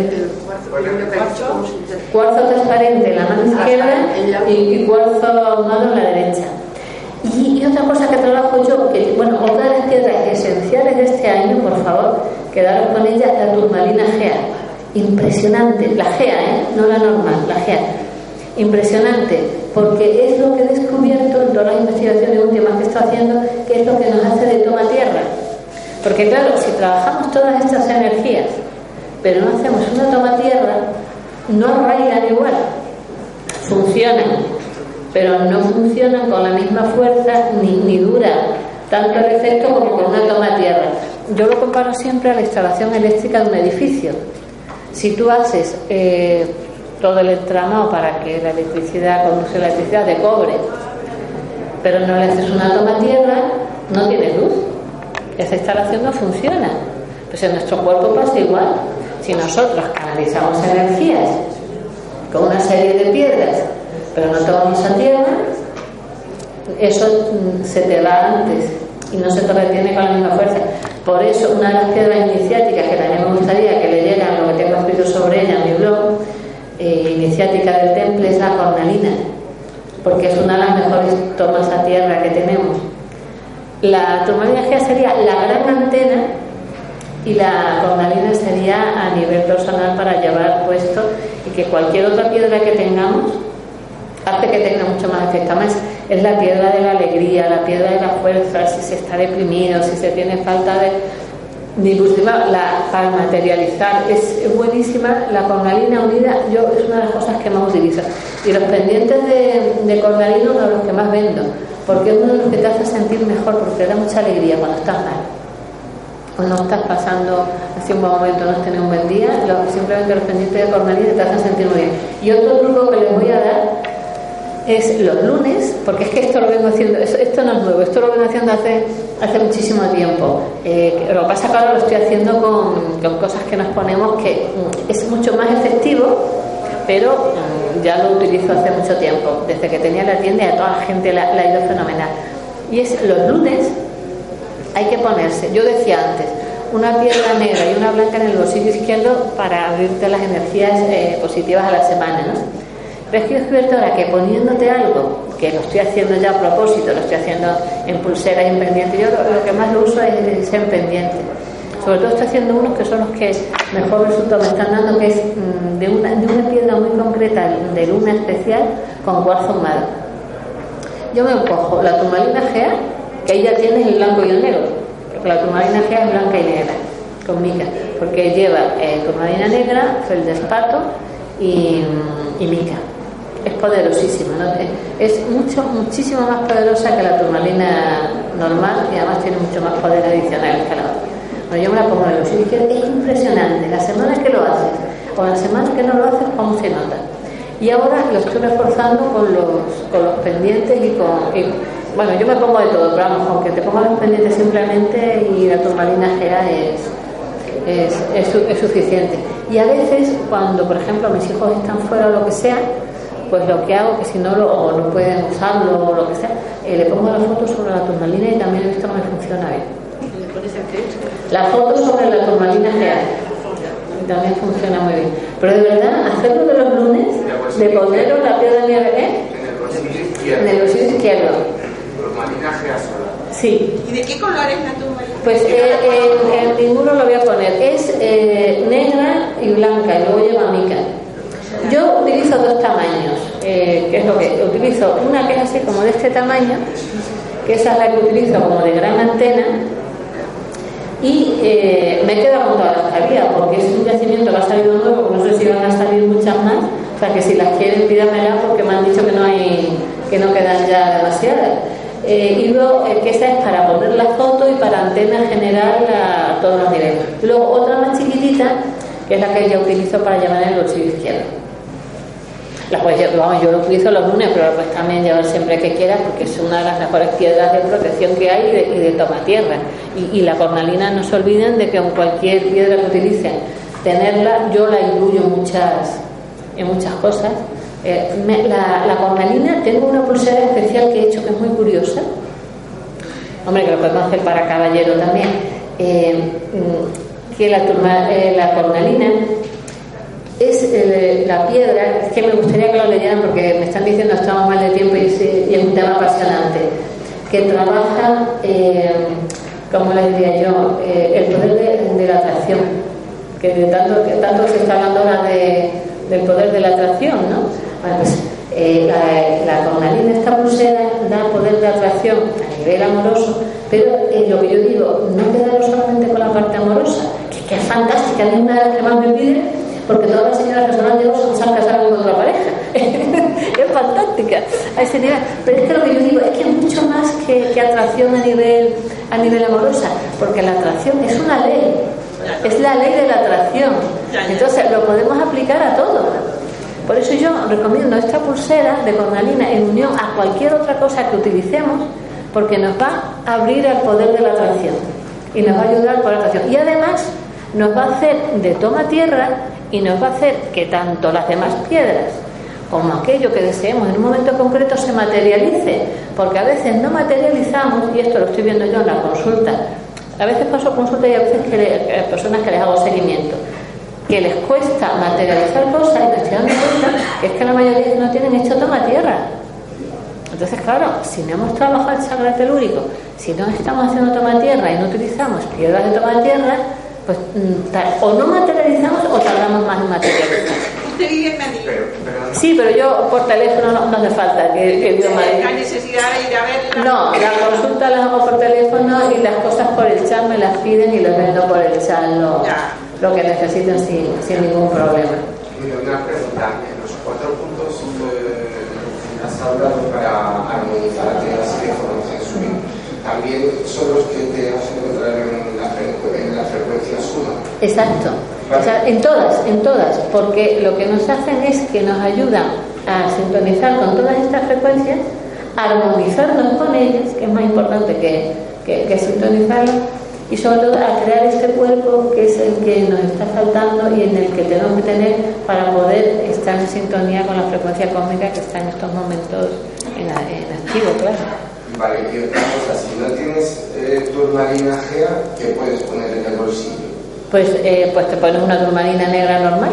S3: es cuarzo transparente en la mano izquierda y cuarzo ahumado en la derecha. Y otra cosa que trabajo yo, otra de las piedras esenciales de este año, por favor, quedaros con ella, la turmalina gea. Impresionante, la gea, no la normal, la gea. Impresionante, porque es lo que he descubierto en todas las investigaciones últimas que estoy haciendo, que es lo que nos hace de toma tierra. Porque claro, si trabajamos todas estas energías, pero no hacemos una toma tierra, no arraigan igual, funcionan, pero no funcionan con la misma fuerza ni dura tanto el efecto como con una toma tierra. Yo lo comparo siempre a la instalación eléctrica de un edificio. Si tú haces todo el entramado para que la electricidad conduce la electricidad de cobre, pero no le haces una toma tierra, no tiene luz. Esa instalación no funciona. Pues en nuestro cuerpo pasa igual. Si nosotros canalizamos energías con una serie de piedras, pero no tomamos a tierra, eso se te va antes y no se te retiene con la misma fuerza. Por eso, una de las piedras iniciáticas que también me gustaría que leyeran lo que tengo escrito sobre ella en mi blog, iniciática del temple, es la cornalina, porque es una de las mejores tomas a tierra que tenemos. La turmalina Gea sería la gran antena y la cornalina sería a nivel personal para llevar puesto, y que cualquier otra piedra que tengamos hace que tenga mucho más efecto. Además, es la piedra de la alegría, la piedra de la fuerza, si se está deprimido, si se tiene falta de para materializar. Es buenísima la cornalina unida. Es una de las cosas que más utilizo. Y los pendientes de cornalina, uno de los que más vendo, porque es uno de los que te hace sentir mejor, porque te da mucha alegría cuando estás mal o no estás pasando así un buen momento, no has tenido un buen día. Simplemente los pendientes de cornalina te hacen sentir muy bien. Y otro truco que les voy a dar es los lunes, porque es que esto lo vengo haciendo, esto no es nuevo, esto lo vengo haciendo hace muchísimo tiempo. Lo que pasa es que ahora lo estoy haciendo con cosas que nos ponemos, que es mucho más efectivo, pero ya lo utilizo hace mucho tiempo, desde que tenía la tienda, y a toda la gente la ha ido fenomenal. Y es los lunes hay que ponerse, yo decía antes, una piedra negra y una blanca en el bolsillo izquierdo para abrirte las energías positivas a la semana, ¿no? Pero es que he descubierto ahora que poniéndote algo, que lo estoy haciendo ya a propósito, lo estoy haciendo en pulseras y en pendientes, yo lo que más lo uso es en pendiente. Sobre todo estoy haciendo unos que son los que mejor resultado me están dando, que es de una piedra muy concreta, de luna especial, con cuarzo ahumado. Yo me cojo la turmalina Gea, que ahí ya tienes el blanco y el negro, porque la turmalina Gea es blanca y negra, con mica, porque lleva turmalina negra, feldespato y mica. Es poderosísima, ¿no? Es muchísimo más poderosa que la turmalina normal, y además tiene mucho más poder adicional que la otra. Bueno, yo me la pongo en el bolsillo izquierdo, es impresionante. Las semanas que lo haces o las semanas que no lo haces, cómo se nota. Y ahora lo estoy reforzando con los pendientes bueno, yo me pongo de todo, pero vamos, aunque te pongas los pendientes simplemente, y la turmalina Gea es suficiente. Y a veces, cuando por ejemplo mis hijos están fuera o lo que sea, pues lo que hago, que si no no pueden usarlo o lo que sea, le pongo la foto sobre la turmalina, y también he visto que me funciona bien.
S6: ¿Le pones el texto?
S3: La foto sobre la turmalina Gea, y también funciona muy bien. Pero de verdad, hacerlo de los lunes, de poneros la piedra nieve, en el bolsillo izquierdo.
S5: Turmalina Gea sola.
S3: Sí.
S6: ¿Y de qué color es la turmalina?
S3: Pues en ninguno lo voy a poner. Es negra y blanca, y luego lleva mica. Yo utilizo dos tamaños, que es lo que utilizo. Una que es así como de este tamaño, que esa es la que utilizo como de gran antena, y me he quedado con todas las que había, porque es un yacimiento que ha salido nuevo, no sé si van a salir muchas más, o sea que si las quieren pídamelas, porque me han dicho que no quedan ya demasiadas. Y luego que esa es para poner la foto y para antena general a todos los niveles. Y luego otra más chiquitita, que es la que yo utilizo para llevar en el bolsillo izquierdo. Yo lo utilizo los lunes, pero lo puedes también llevar siempre que quieras, porque es una de las mejores piedras de protección que hay y de toma tierra. Y la cornalina, no se olviden de que en cualquier piedra que utilicen, tenerla, yo la incluyo en muchas cosas. La cornalina, tengo una pulsera especial que he hecho, que es muy curiosa, hombre, que lo podemos hacer para caballero también, que la cornalina es la piedra, es que me gustaría que lo leyeran, porque me están diciendo que estamos mal de tiempo, y es un tema apasionante, que trabaja, como les diría yo, el poder de la atracción, que tanto se está hablando ahora del poder de la atracción, ¿no? Bueno, pues la cornalina, esta pulsera, da poder de atracción a nivel amoroso, pero lo que yo digo, no quedaros solamente con la parte amorosa, que es fantástica, a mí una de las que más me piden, porque todas las señoras que se van de vos se han casado con otra pareja. Es fantástica a ese nivel. Pero es que lo que yo digo es que es mucho más que atracción a nivel amorosa, porque la atracción es una ley, es la ley de la atracción. Entonces lo podemos aplicar a todo. Por eso yo recomiendo esta pulsera de cornalina en unión a cualquier otra cosa que utilicemos, porque nos va a abrir al poder de la atracción y nos va a ayudar por la atracción. Y además nos va a hacer de toma tierra y nos va a hacer que tanto las demás piedras como aquello que deseemos en un momento concreto se materialice, porque a veces no materializamos, y esto lo estoy viendo yo en la consulta. A veces paso consulta y a veces personas que les hago seguimiento, que les cuesta materializar cosas y me estoy dando cuenta que es que la mayoría no tienen hecho toma tierra. Entonces, claro, si no hemos trabajado el chakra telúrico, si no estamos haciendo toma tierra y no utilizamos piedras de toma tierra, pues o no materializamos o tardamos más en materializar.
S6: ¿Usted vive en Madrid?
S3: Sí, pero yo por teléfono no hace falta que viva en Madrid.
S6: ¿No hay necesidad de ir a verla?
S3: No, la consulta las hago por teléfono y las cosas por el chat me las piden y les vendo por el chat lo que necesiten sin ningún problema.
S8: Mira, una pregunta. En los 4 puntos has hablado para armonizar aquellas que conocen subir. También son los que te hacen entrar en la frecuencia suma.
S3: Exacto. O sea, en todas, porque lo que nos hacen es que nos ayudan a sintonizar con todas estas frecuencias, a armonizarnos con ellas, que es más importante que sintonizarlas, y sobre todo a crear este cuerpo que es el que nos está faltando y en el que tenemos que tener para poder estar en sintonía con la frecuencia cósmica que está en estos momentos en activo, claro.
S8: Vale, y otra cosa, si no tienes turmalina Gea, ¿qué puedes poner en el bolsillo?
S3: Pues te pones una turmalina negra normal.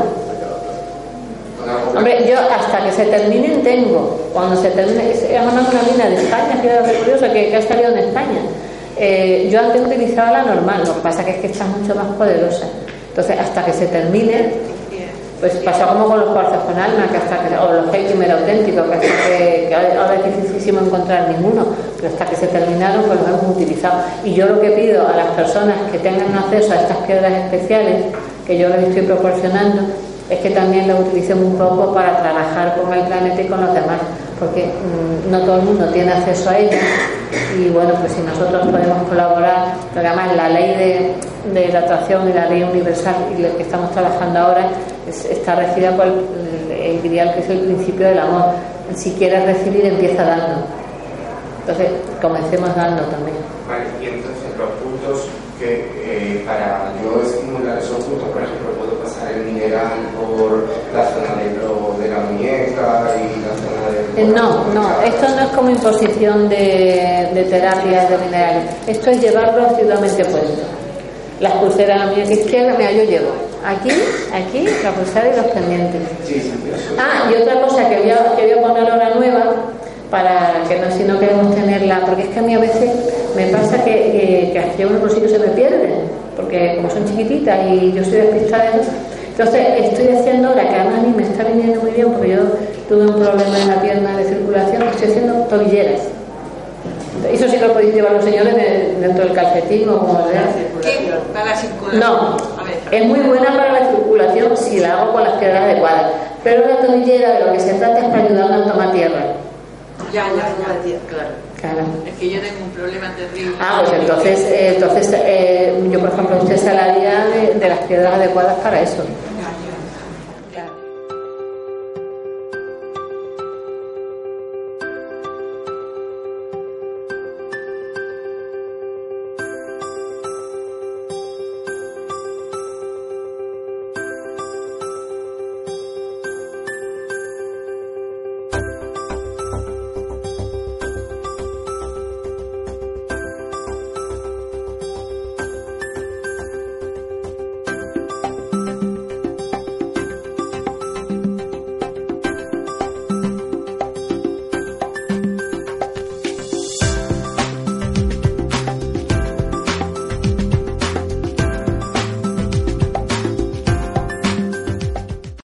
S3: Hombre, yo hasta que se terminen tengo. Cuando se termine, es una turmalina de España, que es curioso, que ha salido en España. Yo antes utilizaba la normal, lo que pasa que es que está mucho más poderosa. Entonces, hasta que se termine, pues pasa como con los cuarzos con alma, o los Heikimer auténticos, que ahora es dificilísimo encontrar ninguno, pero hasta que se terminaron, pues los hemos utilizado. Y yo lo que pido a las personas que tengan acceso a estas piedras especiales, que yo les estoy proporcionando, es que también las utilicen un poco para trabajar con el planeta y con los demás, porque no todo el mundo tiene acceso a ellas. Y bueno, pues si nosotros podemos colaborar, porque además la ley de la atracción y la ley universal y lo que estamos trabajando ahora está regida por el grial, que es el principio del amor. Si quieres recibir, empieza dando. Entonces, comencemos dando también.
S8: Vale, y entonces los puntos que para yo estimular esos puntos, por ejemplo, puedo pasar el mineral por la zona de la muñeca y la zona de...
S3: No, esto no es como imposición de terapias de minerales. Esto es llevarlo asiduamente puesto. Las pulseras a la muñeca izquierda, mira, yo llevo aquí, la pulsera y los pendientes. Y otra cosa que voy a poner ahora nueva, para que no, si no queremos tenerla, porque es que a mí a veces me pasa que aquí unos bolsillos se me pierden, porque como son chiquititas y yo soy despistada, entonces estoy haciendo ahora, que además a mí me está viniendo muy bien, porque yo tuve un problema en la pierna de circulación, estoy haciendo tobilleras. Eso sí lo podéis llevar los señores dentro del calcetín o como sea.
S6: ¿Para la circulación?
S3: No, es muy buena para la circulación si la hago con las piedras adecuadas, pero la tobillera de lo que se trata es para ayudarnos a tomar tierra.
S6: Ya, claro. Es que yo tengo un problema terrible.
S3: Pues entonces yo por ejemplo usted se la haría de las piedras adecuadas para eso.